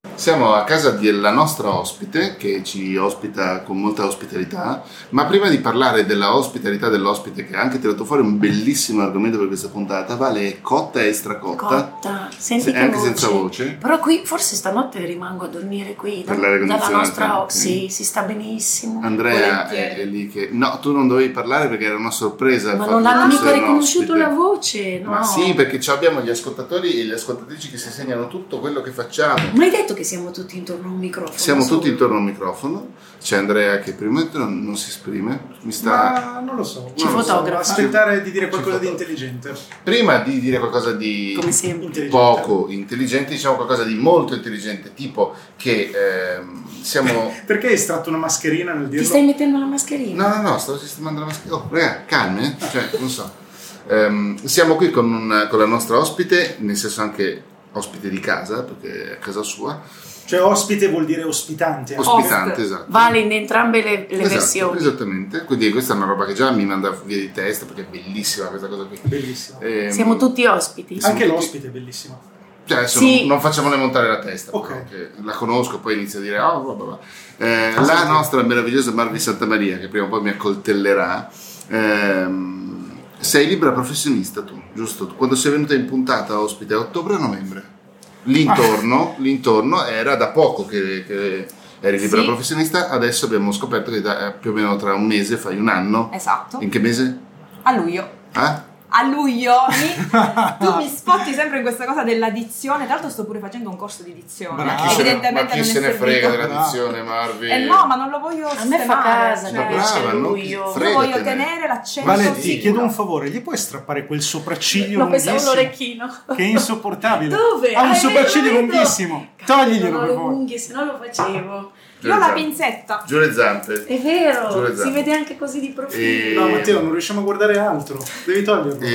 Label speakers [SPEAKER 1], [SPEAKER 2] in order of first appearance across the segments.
[SPEAKER 1] Siamo a casa della nostra ospite che ci ospita con molta ospitalità, ma prima di parlare della ospitalità dell'ospite, che ha anche tirato fuori un bellissimo argomento per questa puntata, Vale è cotta e stracotta.
[SPEAKER 2] Cotta, senti che
[SPEAKER 1] anche
[SPEAKER 2] voce.
[SPEAKER 1] senza voce.
[SPEAKER 2] Però qui forse stanotte rimango a dormire qui
[SPEAKER 1] Per l'aria
[SPEAKER 2] dalla
[SPEAKER 1] condizionata,
[SPEAKER 2] nostra
[SPEAKER 1] ok.
[SPEAKER 2] Sì, si sta benissimo.
[SPEAKER 1] Andrea è lì che... No, tu non dovevi parlare perché era una sorpresa.
[SPEAKER 2] Ma
[SPEAKER 1] il
[SPEAKER 2] non
[SPEAKER 1] fatto
[SPEAKER 2] l'hanno
[SPEAKER 1] che
[SPEAKER 2] mica
[SPEAKER 1] sei un
[SPEAKER 2] riconosciuto
[SPEAKER 1] ospite.
[SPEAKER 2] la voce, no?
[SPEAKER 1] Ma sì, perché abbiamo gli ascoltatori e le ascoltatrici che si segnano tutto quello che facciamo.
[SPEAKER 2] Ma hai detto che siamo tutti intorno a un microfono?
[SPEAKER 1] Siamo
[SPEAKER 2] solo?
[SPEAKER 1] tutti intorno a un microfono. C'è Andrea che per il momento non si esprime.
[SPEAKER 3] Ma non lo so.
[SPEAKER 2] Ci
[SPEAKER 1] Non lo so.
[SPEAKER 2] fotografa.
[SPEAKER 3] Aspettare di dire qualcosa di
[SPEAKER 1] fotografa.
[SPEAKER 3] intelligente.
[SPEAKER 1] Prima di dire qualcosa di
[SPEAKER 2] Come sempre.
[SPEAKER 3] Intelligente.
[SPEAKER 1] poco intelligente, diciamo qualcosa di molto intelligente, tipo che siamo...
[SPEAKER 3] Perché hai estratto una mascherina nel
[SPEAKER 2] Ti
[SPEAKER 3] dirlo?
[SPEAKER 2] stai mettendo la mascherina?
[SPEAKER 1] No, stavo sistemando la mascherina. Oh, raga, calmi, cioè, non so. Siamo qui con la nostra ospite, nel senso anche ospite di casa, perché è a casa sua.
[SPEAKER 3] Cioè ospite vuol dire ospitante.
[SPEAKER 1] Ospitante, esatto.
[SPEAKER 2] Vale in entrambe le
[SPEAKER 1] Esatto,
[SPEAKER 2] versioni.
[SPEAKER 1] esattamente. Quindi questa è una roba che già mi manda via di testa, perché è bellissima questa cosa qui.
[SPEAKER 3] Bellissimo.
[SPEAKER 2] Siamo tutti ospiti.
[SPEAKER 3] Anche l'ospite è bellissimo.
[SPEAKER 1] Cioè adesso
[SPEAKER 2] Sì.
[SPEAKER 1] non facciamole montare la testa,
[SPEAKER 3] Ok.
[SPEAKER 1] perché la conosco, poi inizio a dire la nostra meravigliosa Marvi Santamaria, che prima o poi mi accoltellerà. Sei libera professionista tu, giusto? Quando sei venuta in puntata ospite a ottobre o novembre? L'intorno era da poco che eri libera
[SPEAKER 4] Sì.
[SPEAKER 1] professionista, adesso abbiamo scoperto che più o meno tra un mese fai un anno.
[SPEAKER 4] Esatto.
[SPEAKER 1] In che mese?
[SPEAKER 4] A luglio.
[SPEAKER 1] Ah?
[SPEAKER 4] A luglio tu mi spotti sempre in questa cosa dell'addizione. Tra l'altro sto pure facendo un corso di dizione.
[SPEAKER 3] Bravo.
[SPEAKER 4] Evidentemente
[SPEAKER 1] Ma chi
[SPEAKER 4] non
[SPEAKER 1] se
[SPEAKER 4] è
[SPEAKER 1] ne
[SPEAKER 4] servito.
[SPEAKER 1] frega dell'addizione, Marvi?
[SPEAKER 4] No, ma non lo voglio
[SPEAKER 2] A me fa casa
[SPEAKER 4] cioè,
[SPEAKER 2] che piace
[SPEAKER 1] brava, non
[SPEAKER 2] lui.
[SPEAKER 1] ti
[SPEAKER 2] Io
[SPEAKER 1] frega.
[SPEAKER 4] io voglio
[SPEAKER 1] Fregatene.
[SPEAKER 4] tenere l'accento
[SPEAKER 3] Vale, ti
[SPEAKER 4] sicuro.
[SPEAKER 3] chiedo un favore, gli puoi strappare quel sopracciglio
[SPEAKER 2] L'ho messo
[SPEAKER 3] lunghissimo?
[SPEAKER 2] all'orecchino.
[SPEAKER 3] Che è insopportabile.
[SPEAKER 2] Dove?
[SPEAKER 3] Ha un
[SPEAKER 2] Ah, è
[SPEAKER 3] sopracciglio
[SPEAKER 2] vero, vedo.
[SPEAKER 3] lunghissimo.
[SPEAKER 2] Non
[SPEAKER 3] Togliglielo
[SPEAKER 2] ho
[SPEAKER 3] per
[SPEAKER 2] le
[SPEAKER 3] favore.
[SPEAKER 2] unghie, se no lo facevo.
[SPEAKER 4] Io ho la pinzetta.
[SPEAKER 1] Giù le zampe.
[SPEAKER 2] È vero,
[SPEAKER 1] Giù le
[SPEAKER 2] si
[SPEAKER 1] zampe.
[SPEAKER 2] vede anche così di profilo.
[SPEAKER 3] No, Matteo, non riusciamo a guardare altro. Devi toglierlo.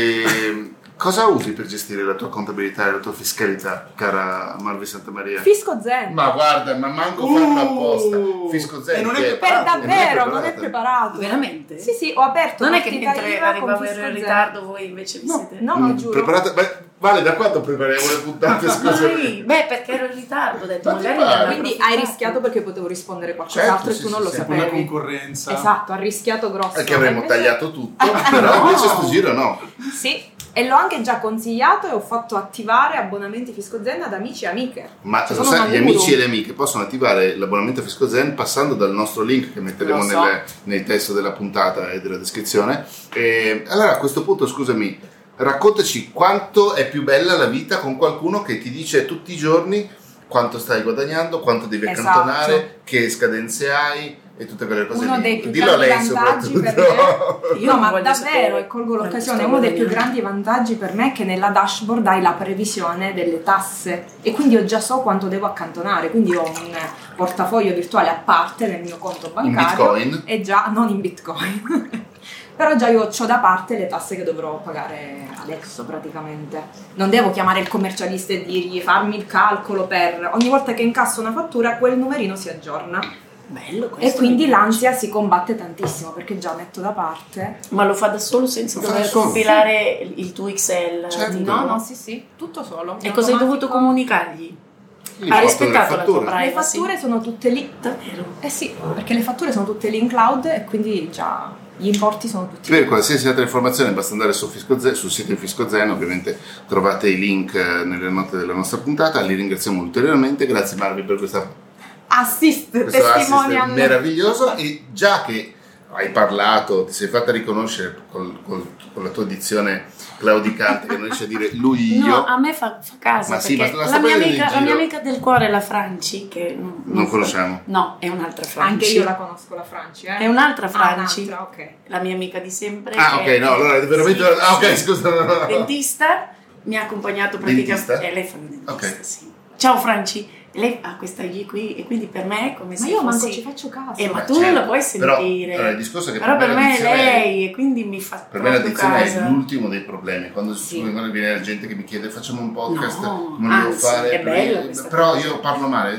[SPEAKER 1] Cosa usi per gestire la tua contabilità e la tua fiscalità, cara Marvi Santamaria?
[SPEAKER 4] Fisco zen.
[SPEAKER 1] Ma guarda, ma manco farlo apposta. Fisco Zen.
[SPEAKER 3] E non è
[SPEAKER 1] che-
[SPEAKER 4] Per
[SPEAKER 3] preparato.
[SPEAKER 4] davvero, non è preparato.
[SPEAKER 2] Veramente?
[SPEAKER 4] Sì, sì, ho aperto.
[SPEAKER 2] Non è che
[SPEAKER 4] partita
[SPEAKER 2] mentre
[SPEAKER 4] IVA
[SPEAKER 2] arrivavo
[SPEAKER 4] con
[SPEAKER 2] in
[SPEAKER 4] Fisco Zen.
[SPEAKER 2] ritardo voi invece vi siete...
[SPEAKER 4] No, no, giuro.
[SPEAKER 1] Preparata? Beh, Vale, da quanto prepariamo le puntate? Scusa.
[SPEAKER 2] Dai, beh, perché ero in ritardo, ho detto,
[SPEAKER 1] Ma ti
[SPEAKER 2] magari
[SPEAKER 1] pare?
[SPEAKER 2] ne hanno
[SPEAKER 4] Quindi hai
[SPEAKER 2] approfittato.
[SPEAKER 4] rischiato perché potevo rispondere qualcos'altro
[SPEAKER 1] Certo,
[SPEAKER 4] e
[SPEAKER 1] sì,
[SPEAKER 4] tu non
[SPEAKER 1] sì,
[SPEAKER 4] lo
[SPEAKER 1] sì,
[SPEAKER 3] Una
[SPEAKER 4] sapevi.
[SPEAKER 3] concorrenza.
[SPEAKER 4] Esatto, ha rischiato grosso.
[SPEAKER 1] Perché avremmo
[SPEAKER 4] Invece-
[SPEAKER 1] tagliato tutto, però invece sto giro no.
[SPEAKER 4] Sì, e l'ho anche già consigliato e ho fatto attivare abbonamenti Fisco Zen ad amici e amiche.
[SPEAKER 1] Ma
[SPEAKER 4] Cioè,
[SPEAKER 1] lo
[SPEAKER 4] sono
[SPEAKER 1] sai,
[SPEAKER 4] una
[SPEAKER 1] gli
[SPEAKER 4] guru.
[SPEAKER 1] amici e le amiche possono attivare l'abbonamento a Fisco Zen passando dal nostro link che metteremo
[SPEAKER 4] Lo so.
[SPEAKER 1] nei testo della puntata e della descrizione. E allora a questo punto, scusami, raccontaci quanto è più bella la vita con qualcuno che ti dice tutti i giorni quanto stai guadagnando, quanto devi
[SPEAKER 4] Esatto.
[SPEAKER 1] accantonare, che scadenze hai e tutte quelle cose
[SPEAKER 4] Uno
[SPEAKER 1] lì.
[SPEAKER 4] dei più
[SPEAKER 1] Dillo a
[SPEAKER 4] grandi
[SPEAKER 1] lei
[SPEAKER 4] vantaggi per
[SPEAKER 1] soprattutto.
[SPEAKER 4] me.
[SPEAKER 2] Io
[SPEAKER 4] No, ma
[SPEAKER 2] voglio
[SPEAKER 4] davvero,
[SPEAKER 2] sapere
[SPEAKER 4] e colgo
[SPEAKER 2] quanto
[SPEAKER 4] l'occasione,
[SPEAKER 2] sto
[SPEAKER 4] uno dei più
[SPEAKER 2] guadagnando.
[SPEAKER 4] grandi vantaggi per me è che nella dashboard hai la previsione delle tasse e quindi io già so quanto devo accantonare, quindi ho un portafoglio virtuale a parte nel mio conto bancario.
[SPEAKER 1] Bitcoin?
[SPEAKER 4] E già, non in Bitcoin. Però già io ho da parte le tasse che dovrò pagare adesso praticamente. Non devo chiamare il commercialista e dirgli farmi il calcolo per... Ogni volta che incasso una fattura quel numerino si aggiorna.
[SPEAKER 2] Bello questo.
[SPEAKER 4] E quindi
[SPEAKER 2] mi piace.
[SPEAKER 4] l'ansia si combatte tantissimo perché già metto da parte.
[SPEAKER 2] Ma lo fa da solo senza
[SPEAKER 1] Lo fa
[SPEAKER 2] dover
[SPEAKER 1] da solo.
[SPEAKER 2] compilare il tuo Excel?
[SPEAKER 1] Certo.
[SPEAKER 4] No, no, sì, sì, tutto solo.
[SPEAKER 2] E cosa hai dovuto comunicargli? Ha rispettato la tua
[SPEAKER 4] Le
[SPEAKER 2] privacy?
[SPEAKER 4] fatture sono tutte lì.
[SPEAKER 2] Davvero?
[SPEAKER 4] Eh sì, perché le fatture sono tutte lì in cloud e quindi già gli importi sono tutti
[SPEAKER 1] Per
[SPEAKER 4] lì.
[SPEAKER 1] qualsiasi altra informazione basta andare su Fisco Zen, sul sito di Fisco Zen, ovviamente trovate i link nelle note della nostra puntata, li ringraziamo ulteriormente, grazie Marvi per questo
[SPEAKER 4] Assist,
[SPEAKER 1] assist
[SPEAKER 4] testimonial.
[SPEAKER 1] meraviglioso, e già che hai parlato, ti sei fatta riconoscere con la tua dizione claudicante che non riesce a dire lui io.
[SPEAKER 2] No, a me fa casa
[SPEAKER 1] Ma sì,
[SPEAKER 2] perché
[SPEAKER 1] ma la
[SPEAKER 2] la,
[SPEAKER 1] sto
[SPEAKER 2] mia
[SPEAKER 1] prendendo in
[SPEAKER 2] amica, la
[SPEAKER 1] giro.
[SPEAKER 2] mia amica del cuore, la Franci, che
[SPEAKER 1] Non conosciamo.
[SPEAKER 2] No, è un'altra Franci.
[SPEAKER 4] Anche io la conosco, la Franci.
[SPEAKER 2] È un'altra
[SPEAKER 4] Ah,
[SPEAKER 2] Franci.
[SPEAKER 4] un'altra, ok.
[SPEAKER 2] La mia amica di sempre.
[SPEAKER 1] Ah,
[SPEAKER 2] che
[SPEAKER 1] ok, no, allora è veramente...
[SPEAKER 2] Sì,
[SPEAKER 1] ah, ok,
[SPEAKER 2] sì.
[SPEAKER 1] scusa. No.
[SPEAKER 2] Dentista, mi ha accompagnato praticamente.
[SPEAKER 1] Dentista?
[SPEAKER 2] Lei fa il dentista,
[SPEAKER 1] Ok.
[SPEAKER 2] sì. Ciao Franci, lei ha questa gli qui e quindi per me è come se
[SPEAKER 4] Ma io manco
[SPEAKER 2] fossi...
[SPEAKER 4] ci faccio caso.
[SPEAKER 2] ma
[SPEAKER 1] Beh,
[SPEAKER 2] tu non
[SPEAKER 1] certo.
[SPEAKER 2] la puoi
[SPEAKER 1] Però,
[SPEAKER 2] sentire.
[SPEAKER 1] allora, il discorso è che
[SPEAKER 2] Però per me è
[SPEAKER 1] l'addizione
[SPEAKER 2] lei e quindi mi fa
[SPEAKER 1] Per me
[SPEAKER 2] proprio
[SPEAKER 1] l'addizione è
[SPEAKER 2] casa.
[SPEAKER 1] l'ultimo dei problemi. Quando
[SPEAKER 2] Sì.
[SPEAKER 1] viene la gente che mi chiede facciamo un podcast,
[SPEAKER 2] No,
[SPEAKER 1] come lo devo
[SPEAKER 2] anzi,
[SPEAKER 1] fare?
[SPEAKER 2] è bella questa
[SPEAKER 1] Però
[SPEAKER 2] cosa.
[SPEAKER 1] io parlo male, ho detto che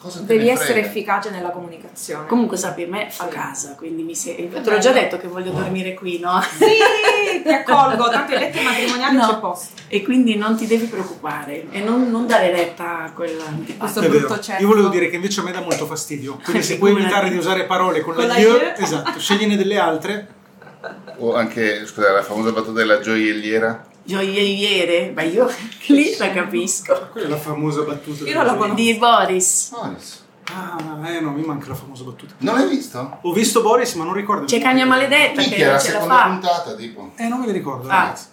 [SPEAKER 1] Cosa te
[SPEAKER 4] Devi
[SPEAKER 1] ne
[SPEAKER 4] essere
[SPEAKER 1] frega?
[SPEAKER 4] efficace nella comunicazione.
[SPEAKER 2] Comunque sappi, a me fa
[SPEAKER 4] Sì.
[SPEAKER 2] casa, quindi te l'ho già detto che voglio dormire qui, no?
[SPEAKER 4] Sì, ti accolgo, tanto i letti matrimoniali
[SPEAKER 2] No.
[SPEAKER 4] c'è posto.
[SPEAKER 2] E quindi non ti devi preoccupare e non dare retta a quella
[SPEAKER 4] Questo
[SPEAKER 3] È
[SPEAKER 4] brutto
[SPEAKER 3] vero.
[SPEAKER 4] certo.
[SPEAKER 3] Io volevo dire che invece a me dà molto fastidio. Quindi se
[SPEAKER 2] Sì,
[SPEAKER 3] puoi
[SPEAKER 2] come
[SPEAKER 3] evitare
[SPEAKER 2] la-
[SPEAKER 3] di usare parole con la
[SPEAKER 4] la
[SPEAKER 3] io,
[SPEAKER 4] io.
[SPEAKER 3] esatto, scegliene delle altre.
[SPEAKER 1] O anche, scusa, la famosa battuta della gioielliera.
[SPEAKER 2] Gioielliere, ma io lì la capisco.
[SPEAKER 3] Quella è la famosa battuta.
[SPEAKER 4] Io non la conosco.
[SPEAKER 2] Di Boris.
[SPEAKER 1] Boris.
[SPEAKER 3] Ah, no, mi manca la famosa battuta.
[SPEAKER 1] Non l'hai visto?
[SPEAKER 3] Ho visto Boris, ma non ricordo.
[SPEAKER 2] C'è Cagna Maledetta che
[SPEAKER 1] Minchia, la
[SPEAKER 2] non ce la
[SPEAKER 1] seconda
[SPEAKER 2] fa.
[SPEAKER 1] puntata, tipo.
[SPEAKER 3] Non me le ricordo,
[SPEAKER 2] Ah.
[SPEAKER 3] ragazzi.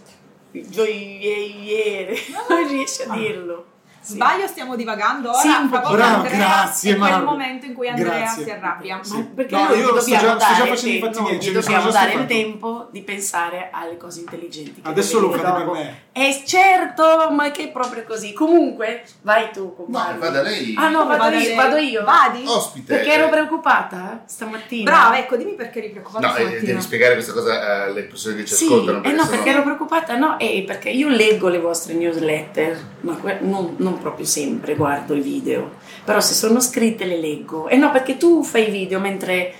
[SPEAKER 2] Gioielliere, non riesci a dirlo. Sì.
[SPEAKER 4] Sbaglio, stiamo divagando ora.
[SPEAKER 2] Sì, un po'.
[SPEAKER 4] Fra poco
[SPEAKER 3] Bravo,
[SPEAKER 4] Andrea
[SPEAKER 3] grazie,
[SPEAKER 4] è quel
[SPEAKER 3] Marco.
[SPEAKER 4] momento in cui Andrea
[SPEAKER 3] Grazie.
[SPEAKER 4] si arrabbia.
[SPEAKER 3] Sì.
[SPEAKER 2] Ma perché
[SPEAKER 3] No,
[SPEAKER 2] noi gli
[SPEAKER 3] io sto
[SPEAKER 2] dobbiamo
[SPEAKER 3] già
[SPEAKER 2] dare,
[SPEAKER 3] facendo i fatti miei,
[SPEAKER 2] gli
[SPEAKER 3] ce ne sono
[SPEAKER 2] dobbiamo
[SPEAKER 3] già
[SPEAKER 2] dare il
[SPEAKER 3] stufato.
[SPEAKER 2] tempo di pensare alle cose intelligenti. che
[SPEAKER 3] Adesso
[SPEAKER 2] deve
[SPEAKER 3] lo
[SPEAKER 2] dire
[SPEAKER 3] fate
[SPEAKER 2] dopo.
[SPEAKER 3] per me.
[SPEAKER 2] Certo, ma che è proprio così. Comunque, vai tu,
[SPEAKER 1] No,
[SPEAKER 2] compagno.
[SPEAKER 1] vada lei.
[SPEAKER 2] Ah no, vado io.
[SPEAKER 4] Vadi?
[SPEAKER 1] Ospite.
[SPEAKER 2] Perché ero preoccupata stamattina.
[SPEAKER 4] Brava, ecco, dimmi perché eri preoccupata
[SPEAKER 1] No,
[SPEAKER 4] stamattina.
[SPEAKER 1] devi spiegare questa cosa alle persone che ci
[SPEAKER 2] Sì,
[SPEAKER 1] ascoltano.
[SPEAKER 2] no,
[SPEAKER 1] sennò-
[SPEAKER 2] perché ero preoccupata, no, perché io leggo le vostre newsletter, ma non proprio sempre guardo i video, però se sono scritte le leggo. E no, perché tu fai i video mentre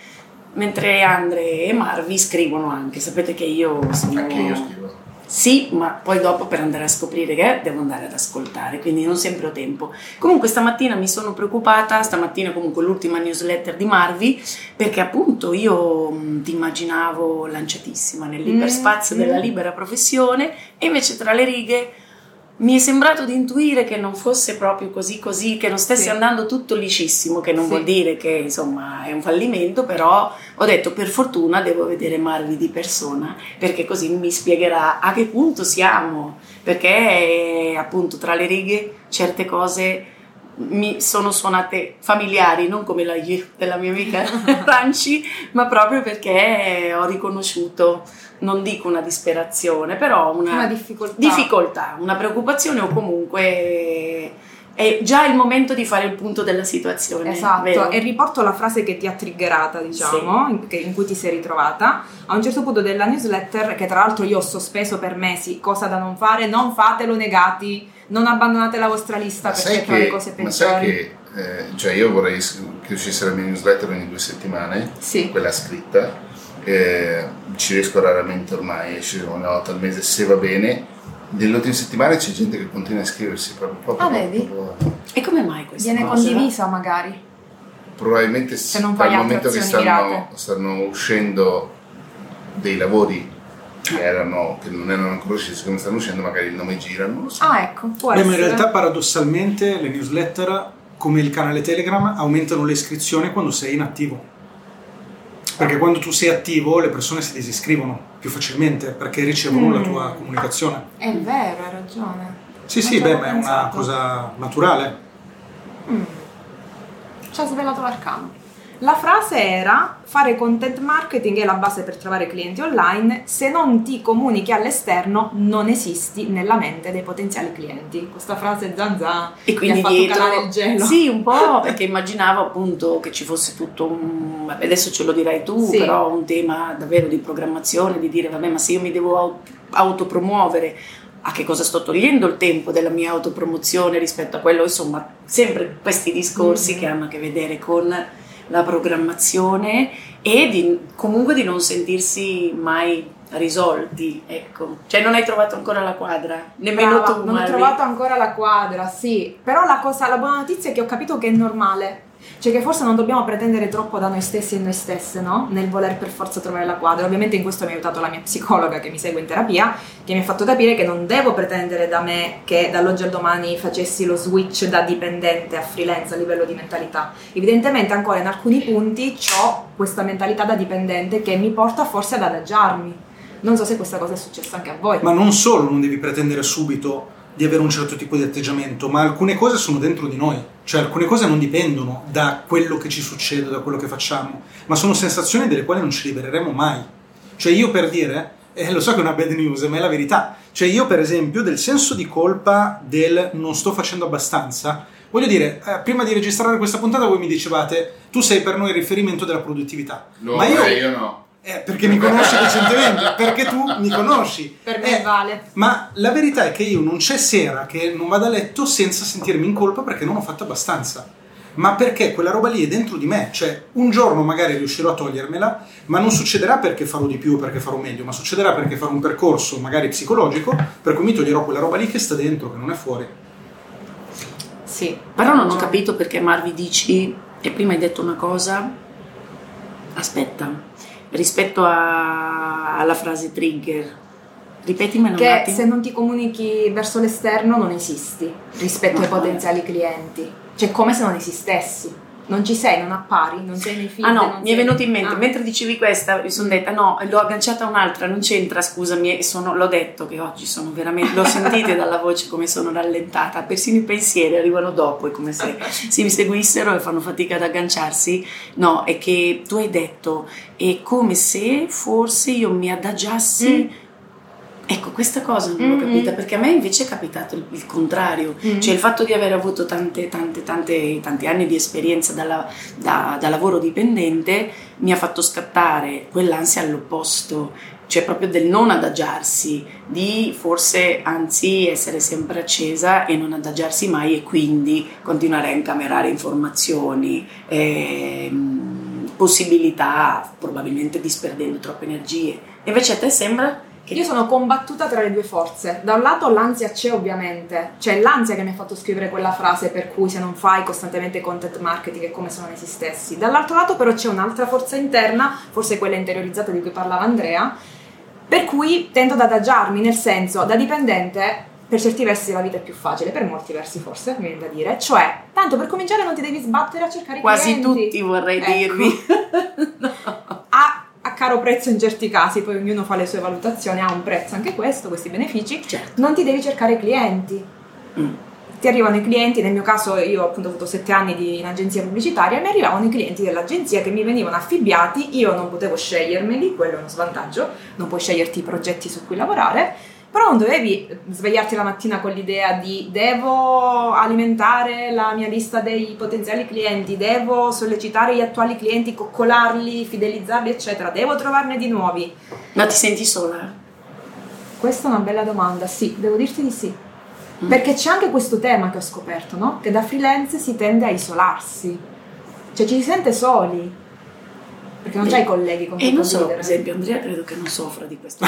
[SPEAKER 2] Andre e Marvi scrivono anche, sapete che io sono...
[SPEAKER 1] Anche io scrivo.
[SPEAKER 2] Sì, ma poi dopo per andare a scoprire che devo andare ad ascoltare, quindi non sempre ho tempo. Comunque stamattina mi sono preoccupata, stamattina comunque l'ultima newsletter di Marvi, perché appunto io ti immaginavo lanciatissima nell'iperspazio della libera professione e invece tra le righe mi è sembrato di intuire che non fosse proprio così, che non stesse
[SPEAKER 4] Sì.
[SPEAKER 2] andando tutto liscissimo, che non
[SPEAKER 4] Sì.
[SPEAKER 2] vuol dire che insomma è un fallimento, però ho detto per fortuna devo vedere Marvi di persona, perché così mi spiegherà a che punto siamo, perché appunto tra le righe certe cose mi sono suonate familiari, non come la della mia amica Franci, ma proprio perché ho riconosciuto, non dico una disperazione, però
[SPEAKER 4] Una difficoltà.
[SPEAKER 2] una preoccupazione o comunque è già il momento di fare il punto della situazione.
[SPEAKER 4] Esatto,
[SPEAKER 2] vero?
[SPEAKER 4] e riporto la frase che ti ha triggerata, diciamo, in cui ti sei ritrovata. A un certo punto della newsletter, che tra l'altro io ho sospeso per mesi, cosa da non fare, non fatelo negati, non abbandonate la vostra lista
[SPEAKER 1] Ma
[SPEAKER 4] perché
[SPEAKER 1] sai
[SPEAKER 4] è tra le
[SPEAKER 1] che,
[SPEAKER 4] cose
[SPEAKER 1] ma sai
[SPEAKER 4] peggiori.
[SPEAKER 1] che cioè io vorrei che uscisse la mia newsletter ogni 2 settimane,
[SPEAKER 4] Sì.
[SPEAKER 1] quella scritta. Ci riesco raramente ormai, esce una volta al mese se va bene. Nelle ultime settimane c'è gente che continua a iscriversi proprio.
[SPEAKER 4] Ah, vedi?
[SPEAKER 2] E come mai questa
[SPEAKER 4] Viene
[SPEAKER 2] cosa?
[SPEAKER 4] condivisa magari.
[SPEAKER 1] Probabilmente
[SPEAKER 4] Se non
[SPEAKER 1] dal
[SPEAKER 4] fai
[SPEAKER 1] momento
[SPEAKER 4] altre
[SPEAKER 1] che
[SPEAKER 4] azioni mirate.
[SPEAKER 1] stanno uscendo dei lavori che non erano ancora usciti, siccome stanno uscendo magari il nome gira, non lo so.
[SPEAKER 4] Ah, ecco, può
[SPEAKER 3] Beh, ma
[SPEAKER 4] essere.
[SPEAKER 3] in realtà paradossalmente le newsletter, come il canale Telegram, aumentano le iscrizioni quando sei inattivo. Perché quando tu sei attivo le persone si disiscrivono più facilmente perché ricevono la tua comunicazione.
[SPEAKER 4] È vero, hai ragione.
[SPEAKER 3] Sì,
[SPEAKER 4] Non
[SPEAKER 3] sì,
[SPEAKER 4] ci
[SPEAKER 3] beh,
[SPEAKER 4] avevo
[SPEAKER 3] ma è una
[SPEAKER 4] pensato.
[SPEAKER 3] cosa naturale.
[SPEAKER 4] Ci ha svelato l'arcano. La frase era: fare content marketing è la base per trovare clienti online, se non ti comunichi all'esterno non esisti nella mente dei potenziali clienti. Questa frase zanzà
[SPEAKER 2] E quindi
[SPEAKER 4] mi ha fatto
[SPEAKER 2] dietro,
[SPEAKER 4] calare il gelo.
[SPEAKER 2] sì, un po' perché immaginavo appunto che ci fosse tutto vabbè, adesso ce lo dirai tu,
[SPEAKER 4] Sì.
[SPEAKER 2] però un tema davvero di programmazione, di dire vabbè, ma se io mi devo autopromuovere, a che cosa sto togliendo il tempo della mia autopromozione rispetto a quello, insomma, sempre questi discorsi che hanno a che vedere con la programmazione e comunque di non sentirsi mai risolti, ecco. Cioè non hai trovato ancora la quadra, nemmeno
[SPEAKER 4] Brava,
[SPEAKER 2] tu,
[SPEAKER 4] non ho
[SPEAKER 2] Marvi.
[SPEAKER 4] trovato ancora la quadra, sì. Però la buona notizia è che ho capito che è normale. Cioè che forse non dobbiamo pretendere troppo da noi stessi e noi stesse, no? Nel voler per forza trovare la quadra. Ovviamente in questo mi ha aiutato la mia psicologa che mi segue in terapia, che mi ha fatto capire che non devo pretendere da me che dall'oggi al domani facessi lo switch da dipendente a freelance a livello di mentalità. Evidentemente ancora in alcuni punti ho questa mentalità da dipendente che mi porta forse ad adagiarmi. Non so se questa cosa è successa anche a voi.
[SPEAKER 3] Ma non solo non devi pretendere subito di avere un certo tipo di atteggiamento, ma alcune cose sono dentro di noi, cioè alcune cose non dipendono da quello che ci succede, da quello che facciamo, ma sono sensazioni delle quali non ci libereremo mai. Cioè io per dire, lo so che è una bad news, ma è la verità, cioè io per esempio del senso di colpa del non sto facendo abbastanza, voglio dire, prima di registrare questa puntata voi mi dicevate tu sei per noi il riferimento della produttività, ma
[SPEAKER 1] io no.
[SPEAKER 3] perché mi conosci recentemente, perché tu mi conosci.
[SPEAKER 4] Per me vale.
[SPEAKER 3] Ma la verità è che io non c'è sera che non vado a letto senza sentirmi in colpa perché non ho fatto abbastanza. ma perché quella roba lì è dentro di me, cioè un giorno magari riuscirò a togliermela, ma non succederà perché farò di più, perché farò meglio, ma succederà perché farò un percorso magari psicologico per cui mi toglierò quella roba lì che sta dentro, che non è fuori.
[SPEAKER 2] Sì, però non ho capito perché Marvi dici, e prima hai detto una cosa, aspetta, rispetto alla frase trigger, ripetimela un
[SPEAKER 4] che
[SPEAKER 2] attimo.
[SPEAKER 4] se non ti comunichi verso l'esterno non esisti rispetto ai potenziali clienti, cioè come se non esistessi, non ci sei, non appari, non sei nei feed.
[SPEAKER 2] Mi è venuto in mente, mentre dicevi questa mi sono detta no, l'ho agganciata a un'altra, non c'entra, scusami, l'ho detto che oggi sono veramente, lo sentite dalla voce come sono rallentata, persino i pensieri arrivano dopo, è come se mi seguissero e fanno fatica ad agganciarsi. No, è che tu hai detto è come se forse io mi adagiassi. Ecco, questa cosa non l'ho capita, perché a me invece è capitato il contrario, cioè il fatto di aver avuto tanti anni di esperienza da lavoro dipendente mi ha fatto scattare quell'ansia all'opposto, cioè proprio del non adagiarsi, di forse anzi essere sempre accesa e non adagiarsi mai e quindi continuare a incamerare informazioni, possibilità, probabilmente disperdendo troppe energie. E invece a te sembra?
[SPEAKER 4] Io sono combattuta tra le due forze. Da un lato l'ansia c'è ovviamente, cioè l'ansia che mi ha fatto scrivere quella frase per cui se non fai costantemente content marketing è come se non esistessi. Dall'altro lato però c'è un'altra forza interna, forse quella interiorizzata di cui parlava Andrea, per cui tendo ad adagiarmi, nel senso, da dipendente per certi versi la vita è più facile, per molti versi forse, mi viene da dire, cioè tanto per cominciare non ti devi sbattere a cercare
[SPEAKER 2] quasi
[SPEAKER 4] clienti.
[SPEAKER 2] Quasi tutti vorrei dirvi.
[SPEAKER 4] No. A caro prezzo in certi casi, poi ognuno fa le sue valutazioni, ha un prezzo anche questo, questi benefici,
[SPEAKER 2] certo.
[SPEAKER 4] Non ti devi cercare clienti, ti arrivano i clienti, nel mio caso io appunto ho avuto 7 anni in agenzia pubblicitaria, mi arrivavano i clienti dell'agenzia che mi venivano affibbiati, io non potevo scegliermeli, quello è uno svantaggio, non puoi sceglierti i progetti su cui lavorare, però non dovevi svegliarti la mattina con l'idea di devo alimentare la mia lista dei potenziali clienti, devo sollecitare gli attuali clienti, coccolarli, fidelizzarli eccetera, devo trovarne di nuovi.
[SPEAKER 2] Ma ti senti sola?
[SPEAKER 4] Questa è una bella domanda, sì, devo dirti di sì, perché c'è anche questo tema che ho scoperto, no? Che da freelance si tende a isolarsi, cioè ci si sente soli perché non c'hai colleghi con cui
[SPEAKER 2] non so,
[SPEAKER 4] condividere.
[SPEAKER 2] per esempio Andrea credo che non soffra di questo.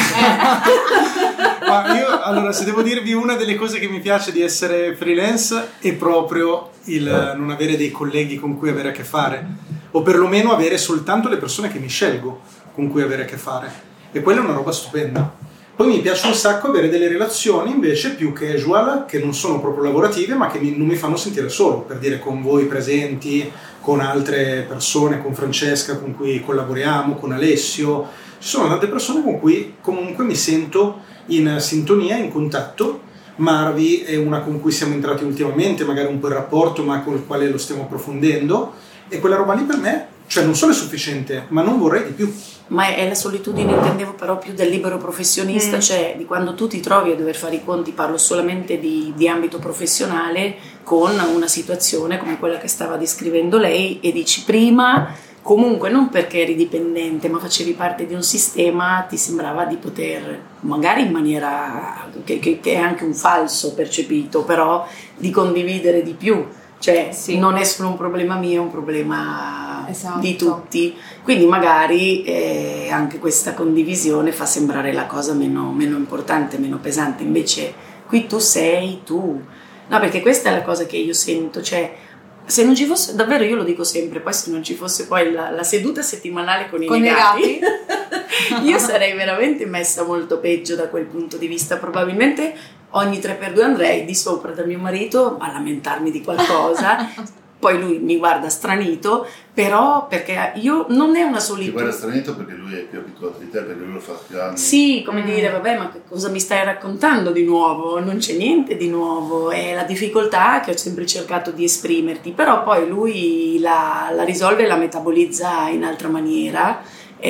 [SPEAKER 3] Ma io, allora, se devo dirvi una delle cose che mi piace di essere freelance è proprio il non avere dei colleghi con cui avere a che fare, o perlomeno avere soltanto le persone che mi scelgo con cui avere a che fare, e quella è una roba stupenda. Poi mi piace un sacco avere delle relazioni invece più casual, che non sono proprio lavorative, ma che non mi fanno sentire solo, per dire con voi presenti, con altre persone, con Francesca con cui collaboriamo, con Alessio. Ci sono tante persone con cui comunque mi sento in sintonia, in contatto. Marvi è una con cui siamo entrati ultimamente, magari un po' in rapporto, ma con il quale lo stiamo approfondendo, e quella roba lì per me, cioè non solo è sufficiente, ma non vorrei di più.
[SPEAKER 2] Ma è la solitudine, intendevo però più del libero professionista, cioè di quando tu ti trovi a dover fare i conti, parlo solamente di ambito professionale, con una situazione come quella che stava descrivendo lei, e dici prima, comunque non perché eri dipendente ma facevi parte di un sistema, ti sembrava di poter, magari in maniera che è anche un falso percepito, però di condividere di più. Cioè sì, non è solo un problema mio, è un problema di tutti, quindi magari anche questa condivisione fa sembrare la cosa meno importante, meno pesante. Invece qui tu sei tu, no, perché questa è la cosa che io sento, cioè se non ci fosse, davvero io lo dico sempre, poi se non ci fosse poi la seduta settimanale con i negati io sarei veramente messa molto peggio da quel punto di vista. Probabilmente ogni 3x2 andrei di sopra da mio marito a lamentarmi di qualcosa, poi lui mi guarda stranito, però perché io non è una solitudine.
[SPEAKER 1] Ti guarda stranito perché lui è più abituato di te, perché lui lo fa più anni.
[SPEAKER 2] Sì, come dire, vabbè, ma che cosa mi stai raccontando di nuovo? Non c'è niente di nuovo, è la difficoltà che ho sempre cercato di esprimerti, però poi lui la risolve e la metabolizza in altra maniera.